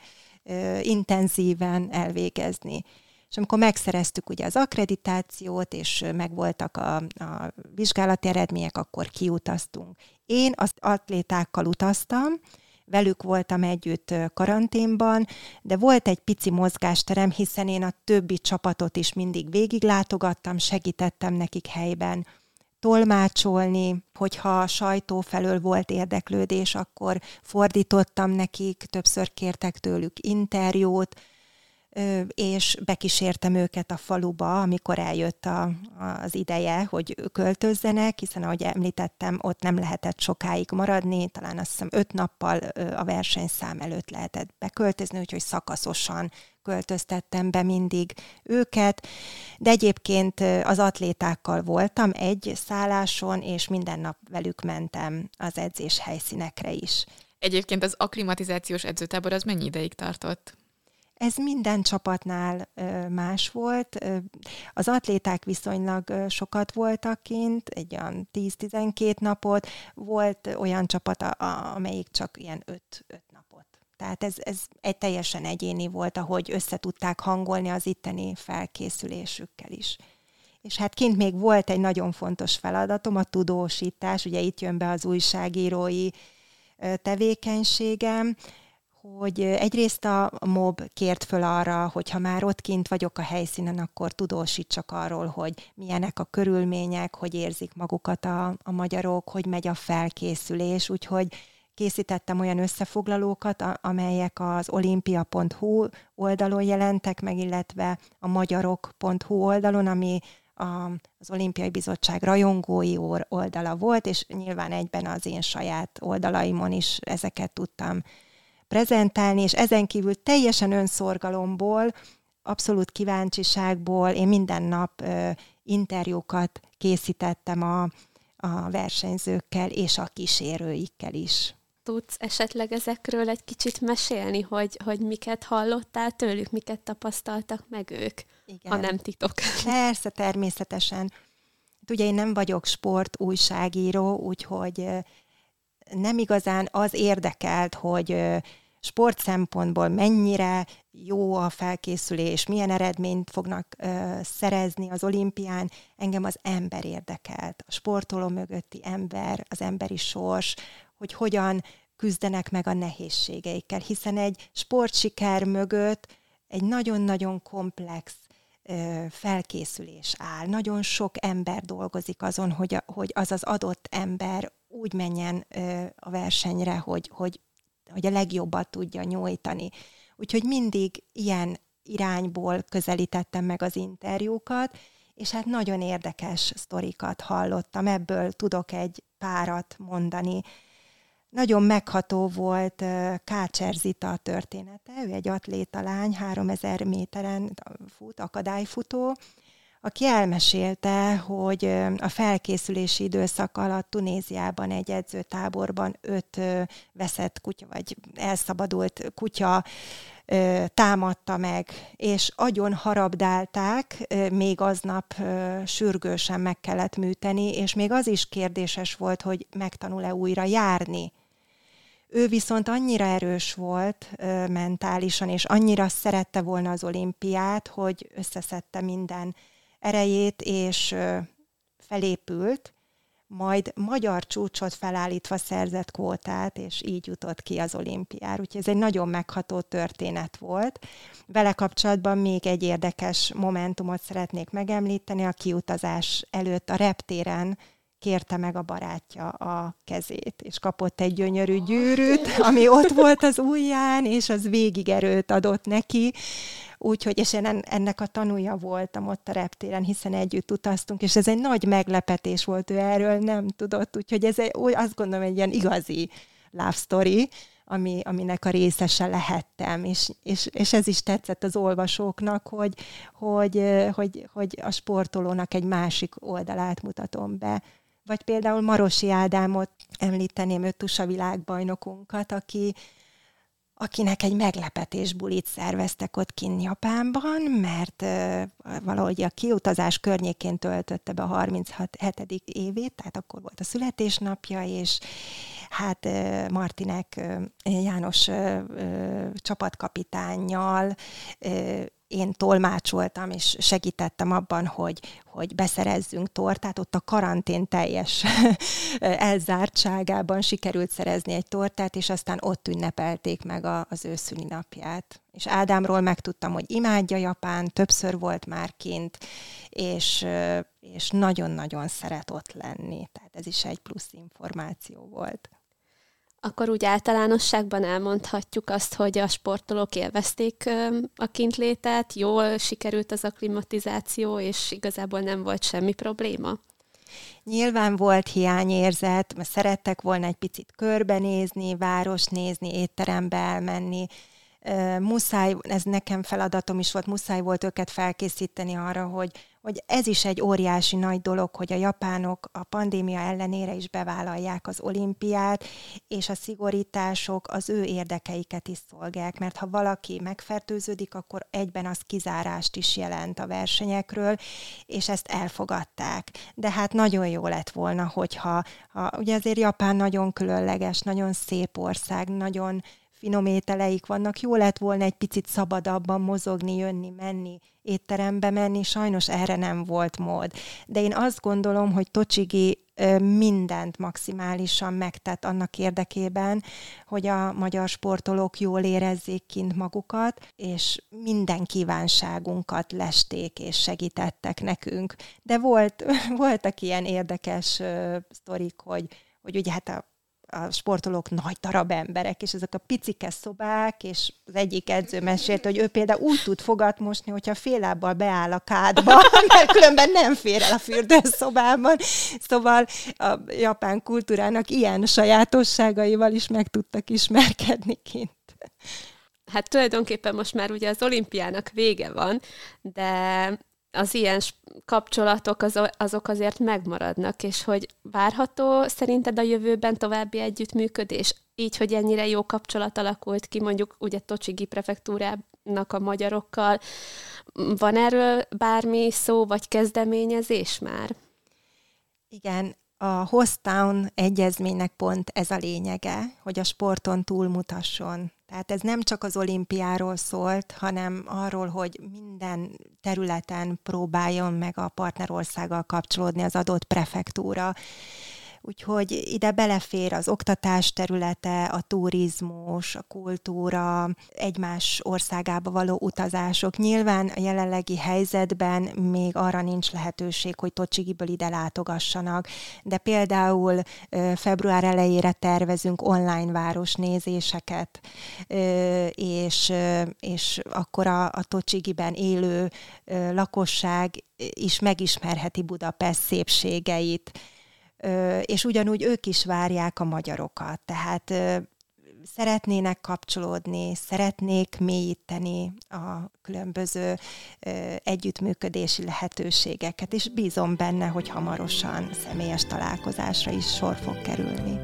Speaker 2: intenzíven elvégezni. És amikor megszereztük ugye az akkreditációt, és megvoltak a, a vizsgálati eredmények, akkor kiutaztunk. Én az atlétákkal utaztam, velük voltam együtt karanténban, de volt egy pici mozgásterem, hiszen én a többi csapatot is mindig végiglátogattam, segítettem nekik helyben tolmácsolni, hogyha a sajtó felől volt érdeklődés, akkor fordítottam nekik, többször kértek tőlük interjút. és bekísértem őket a faluba, amikor eljött a, az ideje, hogy költözzenek, hiszen ahogy említettem, ott nem lehetett sokáig maradni, talán azt hiszem öt nappal a versenyszám előtt lehetett beköltözni, úgyhogy szakaszosan költöztettem be mindig őket, de egyébként az atlétákkal voltam egy szálláson, és minden nap velük mentem az edzés helyszínekre is.
Speaker 3: Egyébként az akklimatizációs edzőtábor az mennyi ideig tartott?
Speaker 2: Ez minden csapatnál más volt. Az atléták viszonylag sokat voltak kint, egy olyan tíz-tizenkét napot, volt olyan csapat, amelyik csak ilyen öt napot. Tehát ez, ez egy teljesen egyéni volt, ahogy összetudták hangolni az itteni felkészülésükkel is. És hát kint még volt egy nagyon fontos feladatom, a tudósítás, ugye itt jön be az újságírói tevékenységem, hogy egyrészt a MOB kért föl arra, hogy ha már ott kint vagyok a helyszínen, akkor tudósítsak arról, hogy milyenek a körülmények, hogy érzik magukat a, a magyarok, hogy megy a felkészülés, úgyhogy készítettem olyan összefoglalókat, amelyek az olimpia pont hu oldalon jelentek meg, illetve a magyarok pont hu oldalon, ami a, az Olimpiai Bizottság rajongói oldala volt, és nyilván egyben az én saját oldalaimon is ezeket tudtam prezentálni, és ezen kívül teljesen önszorgalomból, abszolút kíváncsiságból én minden nap ö, interjúkat készítettem a, a versenyzőkkel és a kísérőikkel is.
Speaker 1: Tudsz esetleg ezekről egy kicsit mesélni, hogy, hogy miket hallottál tőlük, miket tapasztaltak meg ők, igen, ha nem titok?
Speaker 2: Persze, természetesen. Ugye én nem vagyok sportújságíró, úgyhogy nem igazán az érdekelt, hogy sport szempontból mennyire jó a felkészülés, milyen eredményt fognak uh, szerezni az olimpián. Engem az ember érdekelt, a sportoló mögötti ember, az emberi sors, hogy hogyan küzdenek meg a nehézségeikkel, hiszen egy sportsiker mögött egy nagyon-nagyon komplex uh, felkészülés áll. Nagyon sok ember dolgozik azon, hogy, a, hogy az az adott ember úgy menjen uh, a versenyre, hogy, hogy hogy a legjobbat tudja nyújtani. Úgyhogy mindig ilyen irányból közelítettem meg az interjúkat, és hát nagyon érdekes sztorikat hallottam, ebből tudok egy párat mondani. Nagyon megható volt Kácser Zita története, ő egy atlétalány, háromezer méteren fut, akadályfutó, aki elmesélte, hogy a felkészülési időszak alatt Tunéziában egy edzőtáborban öt veszett kutya, vagy elszabadult kutya támadta meg, és agyon harabdálták, még aznap sürgősen meg kellett műteni, és még az is kérdéses volt, hogy megtanul-e újra járni. Ő viszont annyira erős volt mentálisan, és annyira szerette volna az olimpiát, hogy összeszedte minden erejét, és felépült, majd magyar csúcsot felállítva szerzett kvótát, és így jutott ki az olimpiára. Úgyhogy ez egy nagyon megható történet volt. Vele kapcsolatban még egy érdekes momentumot szeretnék megemlíteni. A kiutazás előtt a reptéren kérte meg a barátja a kezét, és kapott egy gyönyörű gyűrűt, ami ott volt az ujján, és az végig erőt adott neki. Úgyhogy, és én ennek a tanúja voltam ott a reptéren, hiszen együtt utaztunk, és ez egy nagy meglepetés volt, ő erről nem tudott, úgyhogy ez egy, azt gondolom egy ilyen igazi love story, ami, aminek a részese lehettem, és, és, és ez is tetszett az olvasóknak, hogy, hogy, hogy, hogy a sportolónak egy másik oldalát mutatom be. Vagy például Marosi Ádámot említeném, Öttusa világbajnokunkat, aki akinek egy meglepetés bulit szerveztek ott kint Japánban, mert uh, valahogy a kiutazás környékén töltötte be a harminchetedik évét, tehát akkor volt a születésnapja, és hát uh, Martinek uh, János uh, uh, csapatkapitánnyal uh, én tolmácsoltam, és segítettem abban, hogy, hogy beszerezzünk tortát. Ott a karantén teljes elzártságában sikerült szerezni egy tortát, és aztán ott ünnepelték meg a, az ő szülinapját. És Ádámról megtudtam, hogy imádja Japán, többször volt már kint, és, és nagyon-nagyon szeret ott lenni. Tehát ez is egy plusz információ volt.
Speaker 1: Akkor úgy általánosságban elmondhatjuk azt, hogy a sportolók élvezték a kintlétet, jól sikerült az akklimatizáció, és igazából nem volt semmi probléma?
Speaker 2: Nyilván volt hiányérzet, mert szerettek volna egy picit körbenézni, város nézni, étterembe elmenni. Muszáj, ez nekem feladatom is volt, muszáj volt őket felkészíteni arra, hogy, hogy ez is egy óriási nagy dolog, hogy a japánok a pandémia ellenére is bevállalják az olimpiát, és a szigorítások az ő érdekeiket is szolgálják, mert ha valaki megfertőződik, akkor egyben az kizárást is jelent a versenyekről, és ezt elfogadták. De hát nagyon jó lett volna, hogyha, ha, ugye azért Japán nagyon különleges, nagyon szép ország, nagyon finom ételeik vannak, jó lett volna egy picit szabadabban mozogni, jönni, menni, étterembe menni, sajnos erre nem volt mód. De én azt gondolom, hogy Tochigi mindent maximálisan megtett annak érdekében, hogy a magyar sportolók jól érezzék kint magukat, és minden kívánságunkat lesték és segítettek nekünk. De volt, voltak ilyen érdekes uh, sztorik, hogy, hogy ugye hát a a sportolók nagy darab emberek, és ezek a picike szobák, és az egyik edző mesélte, hogy ő például úgy tud fogat mosni, hogyha fél lábbal beáll a kádba, mert különben nem fér el a fürdőszobában. Szóval a japán kultúrának ilyen sajátosságaival is meg tudtak ismerkedni kint.
Speaker 1: Hát tulajdonképpen most már ugye az olimpiának vége van, de az ilyen kapcsolatok azok azért megmaradnak, és hogy várható szerinted a jövőben további együttműködés? Így, hogy ennyire jó kapcsolat alakult ki, mondjuk ugye Tochigi prefektúrának a magyarokkal. Van erről bármi szó, vagy kezdeményezés már?
Speaker 2: Igen, a Hostown egyezménynek pont ez a lényege, hogy a sporton túlmutasson. Tehát ez nem csak az olimpiáról szólt, hanem arról, hogy minden területen próbáljon meg a partnerországgal kapcsolódni az adott prefektúra. Úgyhogy ide belefér az oktatás területe, a turizmus, a kultúra, egymás országába való utazások. Nyilván a jelenlegi helyzetben még arra nincs lehetőség, hogy Tochigiből ide látogassanak, de például február elejére tervezünk online városnézéseket, és, és akkor a, a Tochigiben élő lakosság is megismerheti Budapest szépségeit, és ugyanúgy ők is várják a magyarokat. Tehát szeretnének kapcsolódni, szeretnék mélyíteni a különböző együttműködési lehetőségeket, és bízom benne, hogy hamarosan személyes találkozásra is sor fog kerülni.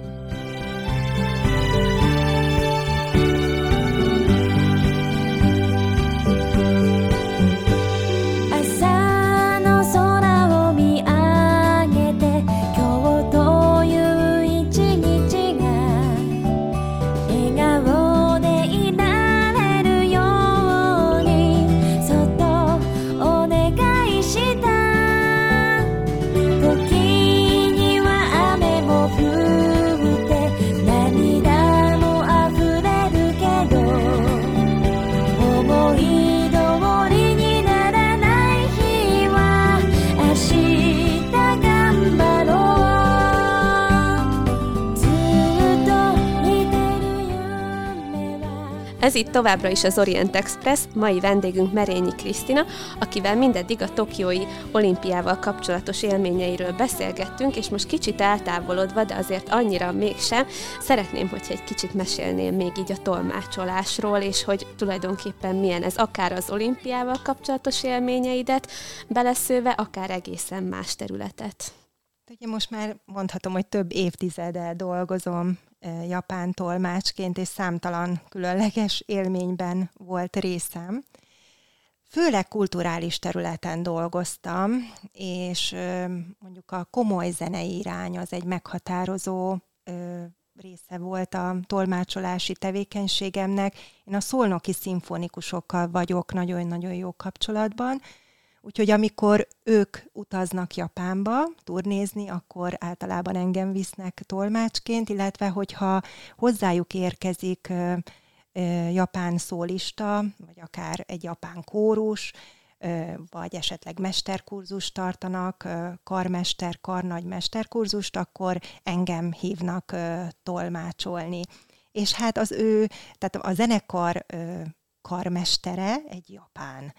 Speaker 1: Ez itt továbbra is az Orient Express, mai vendégünk Merényi Krisztina, akivel mindeddig a tokiói olimpiával kapcsolatos élményeiről beszélgettünk, és most kicsit eltávolodva, de azért annyira mégsem, szeretném, hogyha egy kicsit mesélnél még így a tolmácsolásról, és hogy tulajdonképpen milyen ez, akár az olimpiával kapcsolatos élményeidet beleszőve, akár egészen más területet.
Speaker 2: Ugye most már mondhatom, hogy több évtizede dolgozom japán tolmácsként, és számtalan különleges élményben volt részem. Főleg kulturális területen dolgoztam, és mondjuk a komoly zenei irány az egy meghatározó része volt a tolmácsolási tevékenységemnek. Én a szolnoki szimfonikusokkal vagyok nagyon-nagyon jó kapcsolatban, úgyhogy amikor ők utaznak Japánba turnézni, akkor általában engem visznek tolmácsként, illetve hogyha hozzájuk érkezik ö, ö, japán szólista, vagy akár egy japán kórus, vagy esetleg mesterkurzust tartanak, karmester, karnagy mesterkurzust, akkor engem hívnak tolmácsolni. És hát az ő, tehát a zenekar karmestere egy japán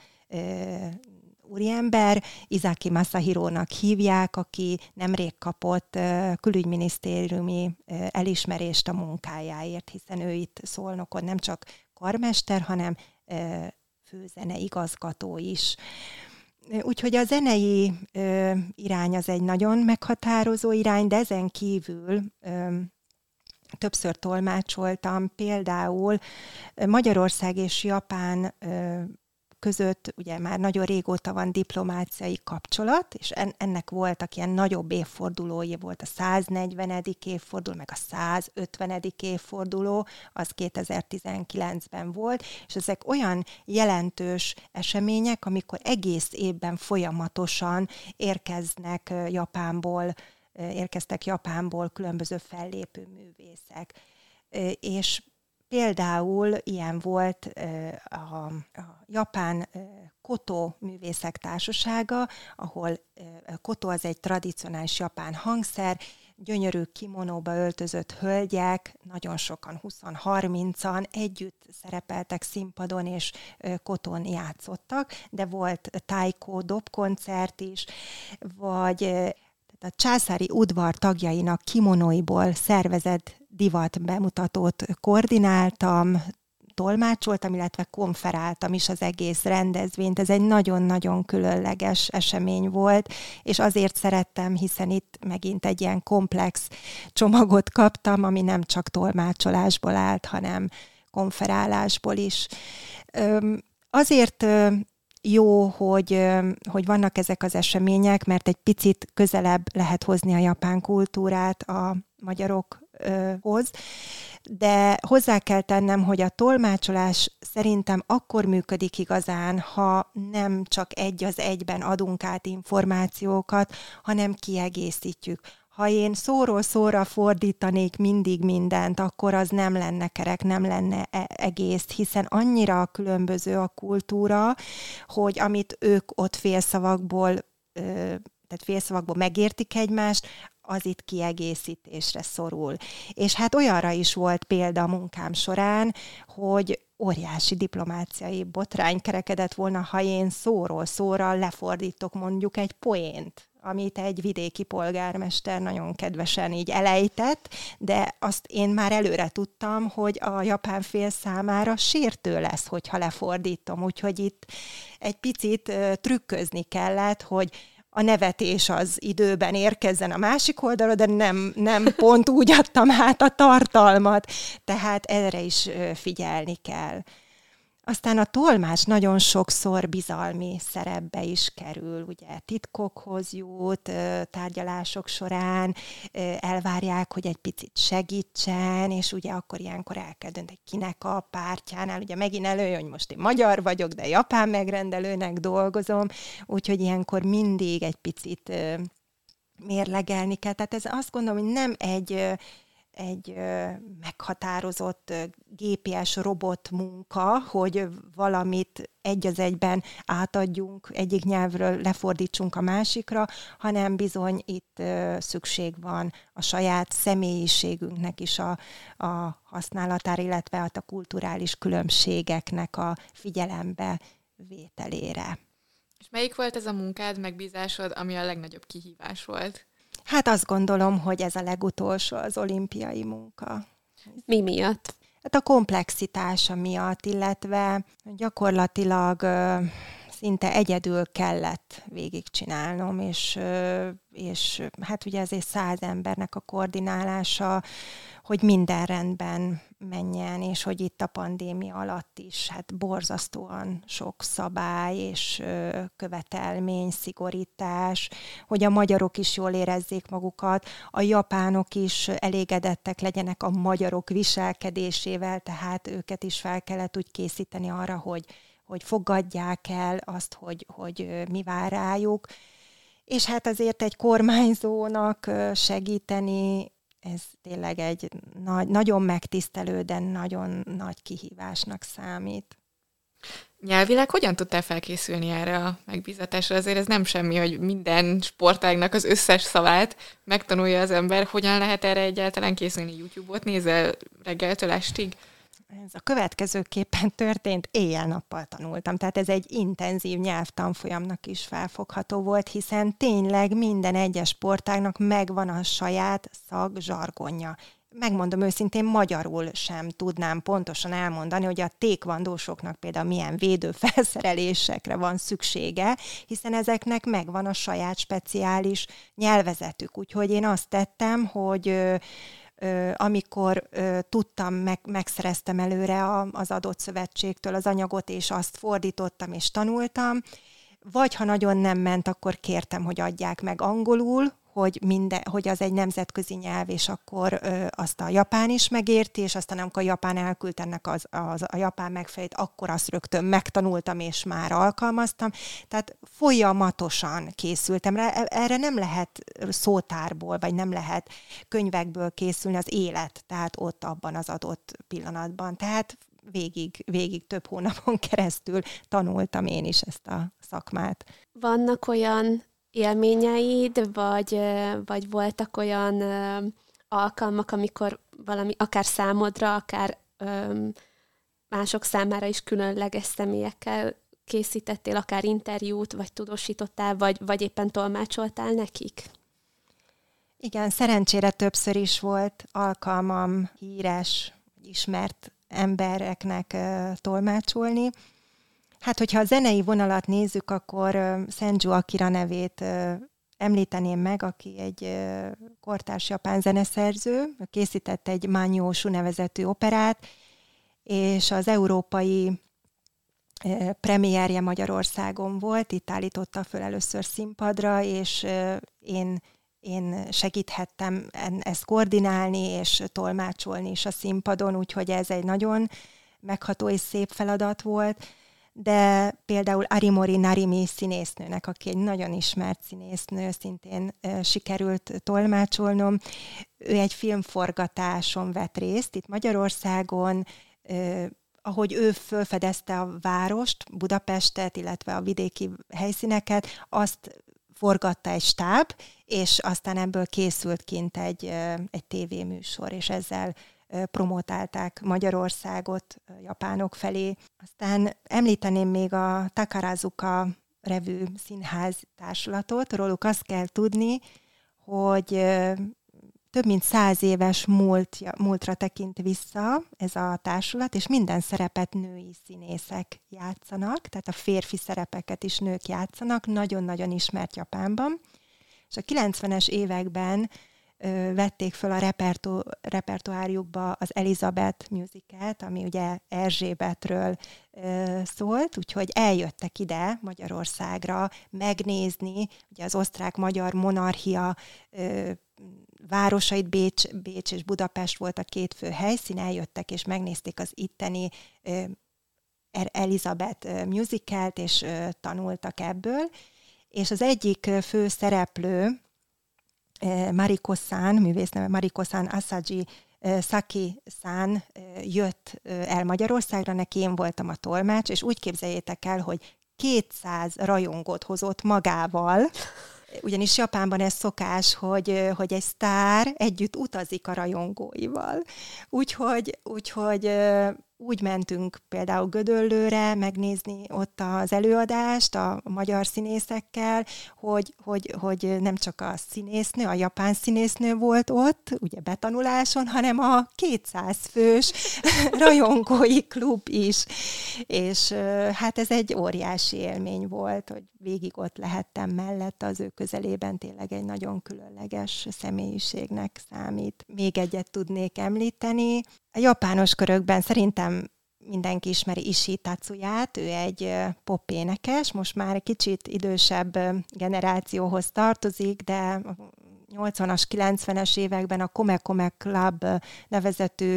Speaker 2: úriember, Izaki Masahirónak hívják, aki nemrég kapott külügyminisztériumi elismerést a munkájáért, hiszen ő itt Szolnokon nem csak karmester, hanem főzeneigazgató is. Úgyhogy a zenei irány az egy nagyon meghatározó irány, de ezen kívül többször tolmácsoltam, például Magyarország és Japán között ugye már nagyon régóta van diplomáciai kapcsolat, és ennek voltak ilyen nagyobb évfordulói, volt a száznegyvenedik évforduló, meg a százötvenedik évforduló, az kétezer-tizenkilencben volt, és ezek olyan jelentős események, amikor egész évben folyamatosan érkeznek Japánból, érkeztek Japánból különböző fellépő művészek. És például ilyen volt a, a japán Koto művészek társasága, ahol Koto az egy tradicionális japán hangszer, gyönyörű kimonóba öltözött hölgyek, nagyon sokan, húsz-harmincan együtt szerepeltek színpadon, és Koton játszottak, de volt taiko dobkoncert is, vagy a császári udvar tagjainak kimonóiból szervezett divat bemutatót koordináltam, tolmácsoltam, illetve konferáltam is az egész rendezvényt. Ez egy nagyon-nagyon különleges esemény volt, és azért szerettem, hiszen itt megint egy ilyen komplex csomagot kaptam, ami nem csak tolmácsolásból állt, hanem konferálásból is. Azért jó, hogy, hogy vannak ezek az események, mert egy picit közelebb lehet hozni a japán kultúrát a magyarokhoz, de hozzá kell tennem, hogy a tolmácsolás szerintem akkor működik igazán, ha nem csak egy az egyben adunk át információkat, hanem kiegészítjük. Ha én szóról szóra fordítanék mindig mindent, akkor az nem lenne kerek, nem lenne egész, hiszen annyira különböző a kultúra, hogy amit ők ott félszavakból, tehát félszavakból megértik egymást, az itt kiegészítésre szorul. És hát olyanra is volt példa a munkám során, hogy óriási diplomáciai botrány kerekedett volna, ha én szóról szóra lefordítok mondjuk egy poént, amit egy vidéki polgármester nagyon kedvesen így elejtett, de azt én már előre tudtam, hogy a japán fél számára sértő lesz, hogyha lefordítom. Úgyhogy itt egy picit trükközni kellett, hogy a nevetés az időben érkezzen a másik oldalra, de nem, nem pont úgy adtam át a tartalmat, tehát erre is figyelni kell. Aztán a tolmács nagyon sokszor bizalmi szerepbe is kerül, ugye titkokhoz jut, tárgyalások során elvárják, hogy egy picit segítsen, és ugye akkor ilyenkor el kell dönteni, kinek a pártjánál, ugye megint előjön, hogy most én magyar vagyok, de japán megrendelőnek dolgozom, úgyhogy ilyenkor mindig egy picit mérlegelni kell. Tehát ez azt gondolom, hogy nem egy egy meghatározott gé pé es robot munka, hogy valamit egy az egyben átadjunk, egyik nyelvről lefordítsunk a másikra, hanem bizony itt szükség van a saját személyiségünknek is a, a használatára, illetve hát a kulturális különbségeknek a figyelembe vételére.
Speaker 3: És melyik volt ez a munkád, megbízásod, ami a legnagyobb kihívás volt?
Speaker 2: Hát azt gondolom, hogy ez a legutolsó, az olimpiai munka.
Speaker 1: Mi miatt?
Speaker 2: Hát a komplexitása miatt, illetve gyakorlatilag szinte egyedül kellett végigcsinálnom, és, és hát ugye ezért száz embernek a koordinálása, hogy minden rendben menjen, és hogy itt a pandémia alatt is hát borzasztóan sok szabály és követelmény, szigorítás, hogy a magyarok is jól érezzék magukat, a japánok is elégedettek legyenek a magyarok viselkedésével, tehát őket is fel kellett úgy készíteni arra, hogy hogy fogadják el azt, hogy, hogy mi vár rájuk. És hát azért egy kormányzónak segíteni, ez tényleg egy nagy, nagyon megtisztelő, de nagyon nagy kihívásnak számít.
Speaker 3: Nyelvileg hogyan tudtál felkészülni erre a megbízatásra? Azért ez nem semmi, hogy minden sportágnak az összes szavát megtanulja az ember. Hogyan lehet erre egyáltalán készülni? YouTube-ot nézel reggeltől estig?
Speaker 2: Ez a következőképpen történt, éjjel-nappal tanultam, tehát ez egy intenzív nyelvtanfolyamnak is felfogható volt, hiszen tényleg minden egyes sportágnak megvan a saját szakzsargonja. Megmondom őszintén, magyarul sem tudnám pontosan elmondani, hogy a tékvandósoknak például milyen védőfelszerelésekre van szüksége, hiszen ezeknek megvan a saját speciális nyelvezetük. Úgyhogy én azt tettem, hogy amikor tudtam, meg, megszereztem előre az adott szövetségtől az anyagot, és azt fordítottam és tanultam, vagy ha nagyon nem ment, akkor kértem, hogy adják meg angolul, hogy, minden, hogy az egy nemzetközi nyelv, és akkor ö, azt a japán is megérti, és aztán amikor a japán elküldt ennek az, az, a japán megfelelőt, akkor azt rögtön megtanultam, és már alkalmaztam. Tehát folyamatosan készültem rá. Erre nem lehet szótárból, vagy nem lehet könyvekből készülni, az élet, tehát ott abban az adott pillanatban. Tehát végig, végig több hónapon keresztül tanultam én is ezt a szakmát.
Speaker 1: Vannak olyan élményeid, vagy, vagy voltak olyan alkalmak, amikor valami, akár számodra, akár öm, mások számára is különleges személyekkel készítettél, akár interjút, vagy tudósítottál, vagy, vagy éppen tolmácsoltál nekik?
Speaker 2: Igen, szerencsére többször is volt alkalmam híres, ismert embereknek uh, tolmácsolni. Hát, hogyha a zenei vonalat nézzük, akkor uh, Senju Akira nevét uh, említeném meg, aki egy uh, kortárs japán zeneszerző, készített egy Manyoshu nevezetű operát, és az európai uh, premierje Magyarországon volt, itt állította föl először színpadra, és uh, én Én segíthettem ezt koordinálni és tolmácsolni is a színpadon, úgyhogy ez egy nagyon megható és szép feladat volt. De például Arimori Narimi színésznőnek, aki egy nagyon ismert színésznő, szintén e, sikerült tolmácsolnom. Ő egy filmforgatáson vett részt itt Magyarországon, e, ahogy ő felfedezte a várost, Budapestet, illetve a vidéki helyszíneket, azt forgatta egy stáb, és aztán ebből készült kint egy, egy tévéműsor, és ezzel promotálták Magyarországot japánok felé. Aztán említeném még a Takarazuka Revű Színház társulatot. Róluk azt kell tudni, hogy több mint száz éves múlt, múltra tekint vissza ez a társulat, és minden szerepet női színészek játszanak, tehát a férfi szerepeket is nők játszanak, nagyon-nagyon ismert Japánban. És a kilencvenes években ö, vették föl a reperto, repertoárjukba az Elizabeth musicalt, ami ugye Erzsébetről ö, szólt, úgyhogy eljöttek ide Magyarországra megnézni, ugye az osztrák-magyar monarchia ö, városait, Bécs, Bécs és Budapest volt a két fő helyszín, eljöttek és megnézték az itteni ö, Elizabeth musicalt, és ö, tanultak ebből. És az egyik fő szereplő, Mariko-san, művészneve Mariko-san Asaji Saki-san jött el Magyarországra, neki én voltam a tolmács, és úgy képzeljétek el, hogy kétszáz rajongót hozott magával, ugyanis Japánban ez szokás, hogy, hogy egy sztár együtt utazik a rajongóival. Úgyhogy, úgyhogy úgy mentünk például Gödöllőre megnézni ott az előadást a magyar színészekkel, hogy, hogy, hogy nem csak a színésznő, a japán színésznő volt ott, ugye betanuláson, hanem a kétszáz fős rajongói klub is. És hát ez egy óriási élmény volt, hogy végig ott lehettem mellette, az ő közelében tényleg egy nagyon különleges személyiségnek számít. Még egyet tudnék említeni. A japános körökben szerintem mindenki ismeri Ishii Tatsuyát, ő egy popénekes, most már egy kicsit idősebb generációhoz tartozik, de a nyolcvanas, kilencvenes években a Kome Kome Club nevezetű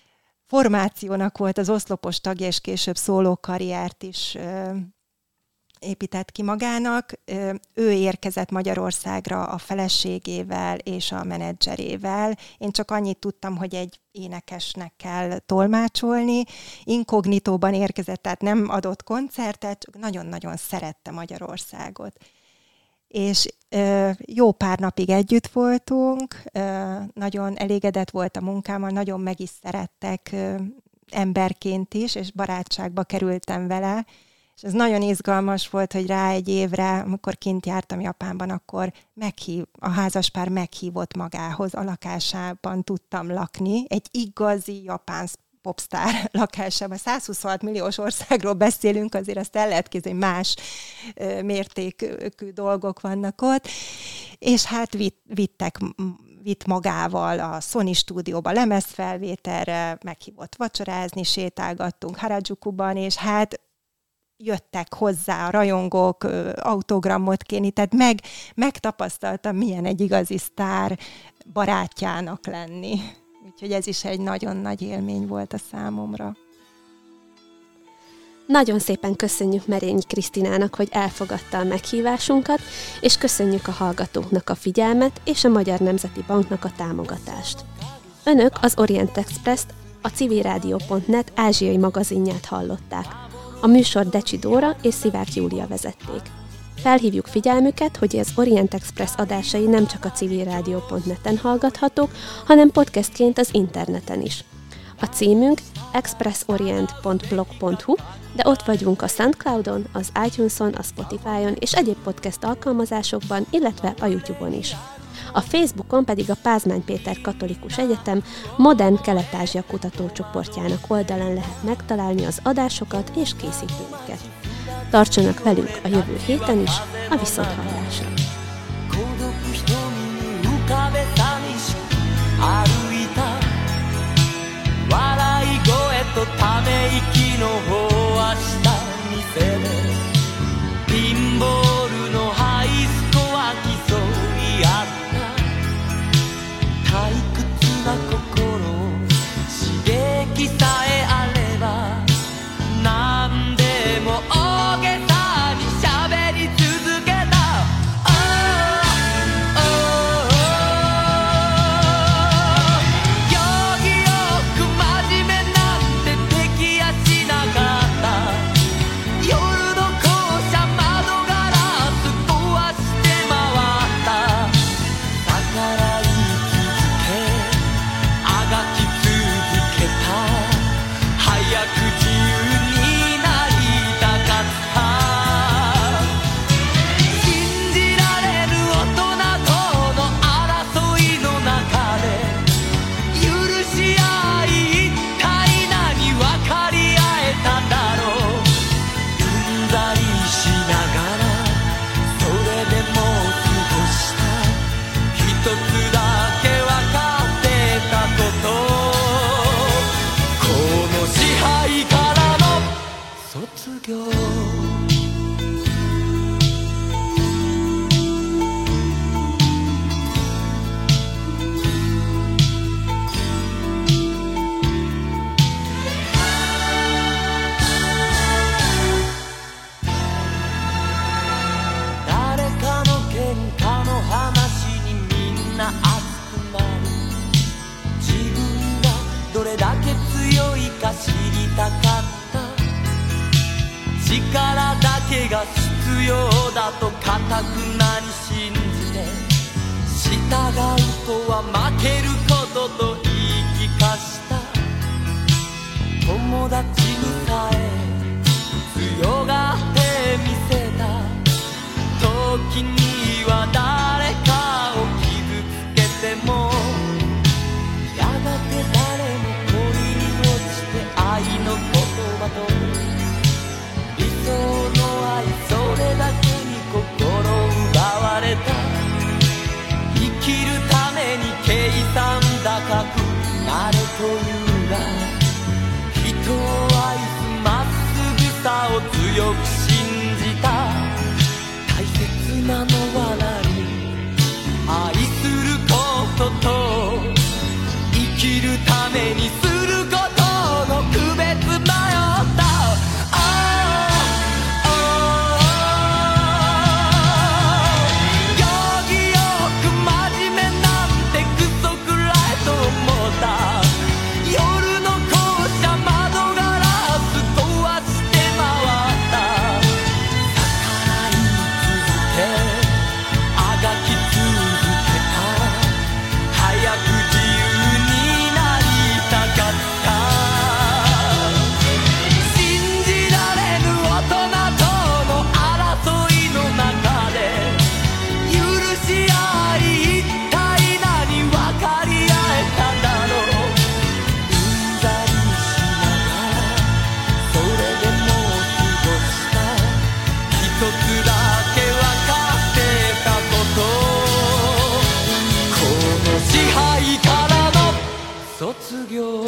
Speaker 2: formációnak volt az oszlopos tagja, és később szóló karriert is épített ki magának. Ő érkezett Magyarországra a feleségével és a menedzserével. Én csak annyit tudtam, hogy egy énekesnek kell tolmácsolni. Inkognitóban érkezett, tehát nem adott koncertet, csak nagyon-nagyon szerette Magyarországot. És ö, jó pár napig együtt voltunk, ö, nagyon elégedett volt a munkámmal, nagyon meg is szerettek ö, emberként is, és barátságba kerültem vele. És ez nagyon izgalmas volt, hogy rá egy évre, amikor kint jártam Japánban, akkor meghív, a házaspár meghívott magához, a lakásában tudtam lakni. Egy igazi japán popstar lakásában. százhuszonhat milliós országról beszélünk, azért azt el lehet képzelni, más mértékű dolgok vannak ott. És hát vitt, vittek, vitt magával a Sony stúdióba lemezfelvételre, meghívott vacsorázni, sétálgattunk Harajukuban, és hát jöttek hozzá a rajongók, autogramot kérni, tehát meg, megtapasztaltam, milyen egy igazi sztár barátjának lenni. Úgyhogy ez is egy nagyon nagy élmény volt a számomra.
Speaker 1: Nagyon szépen köszönjük Merényi Krisztinának, hogy elfogadta a meghívásunkat, és köszönjük a hallgatóknak a figyelmet és a Magyar Nemzeti Banknak a támogatást. Önök az Orient Express-t, a civilrádió pont net ázsiai magazinját hallották. A műsor Decsi Dóra és Szivák Júlia vezették. Felhívjuk figyelmüket, hogy az Orient Express adásai nem csak a civilrádió pont net-en hallgathatók, hanem podcastként az interneten is. A címünk expressorient pont blog pont hu, de ott vagyunk a SoundCloudon, az iTunes-on, a Spotify-on és egyéb podcast alkalmazásokban, illetve a YouTube-on is. A Facebookon pedig a Pázmány Péter Katolikus Egyetem Modern Kelet-Ázsia kutatócsoportjának oldalán lehet megtalálni az adásokat és készítőket. Tartsanak velünk a jövő héten is, a viszonthallásra!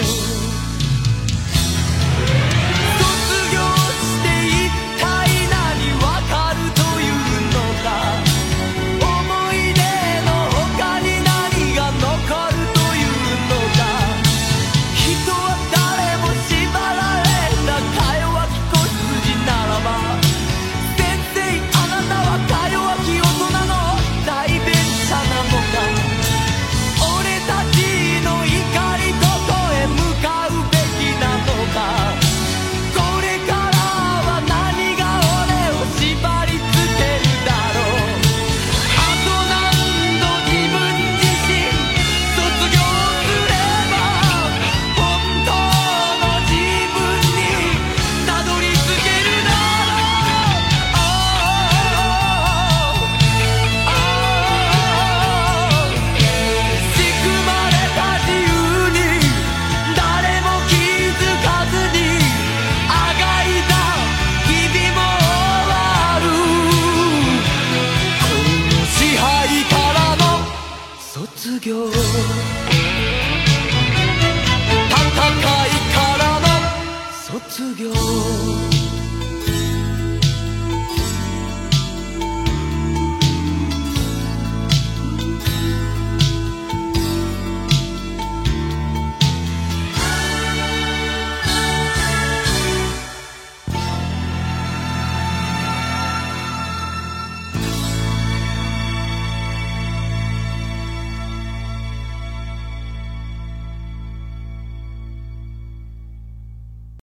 Speaker 4: 卒業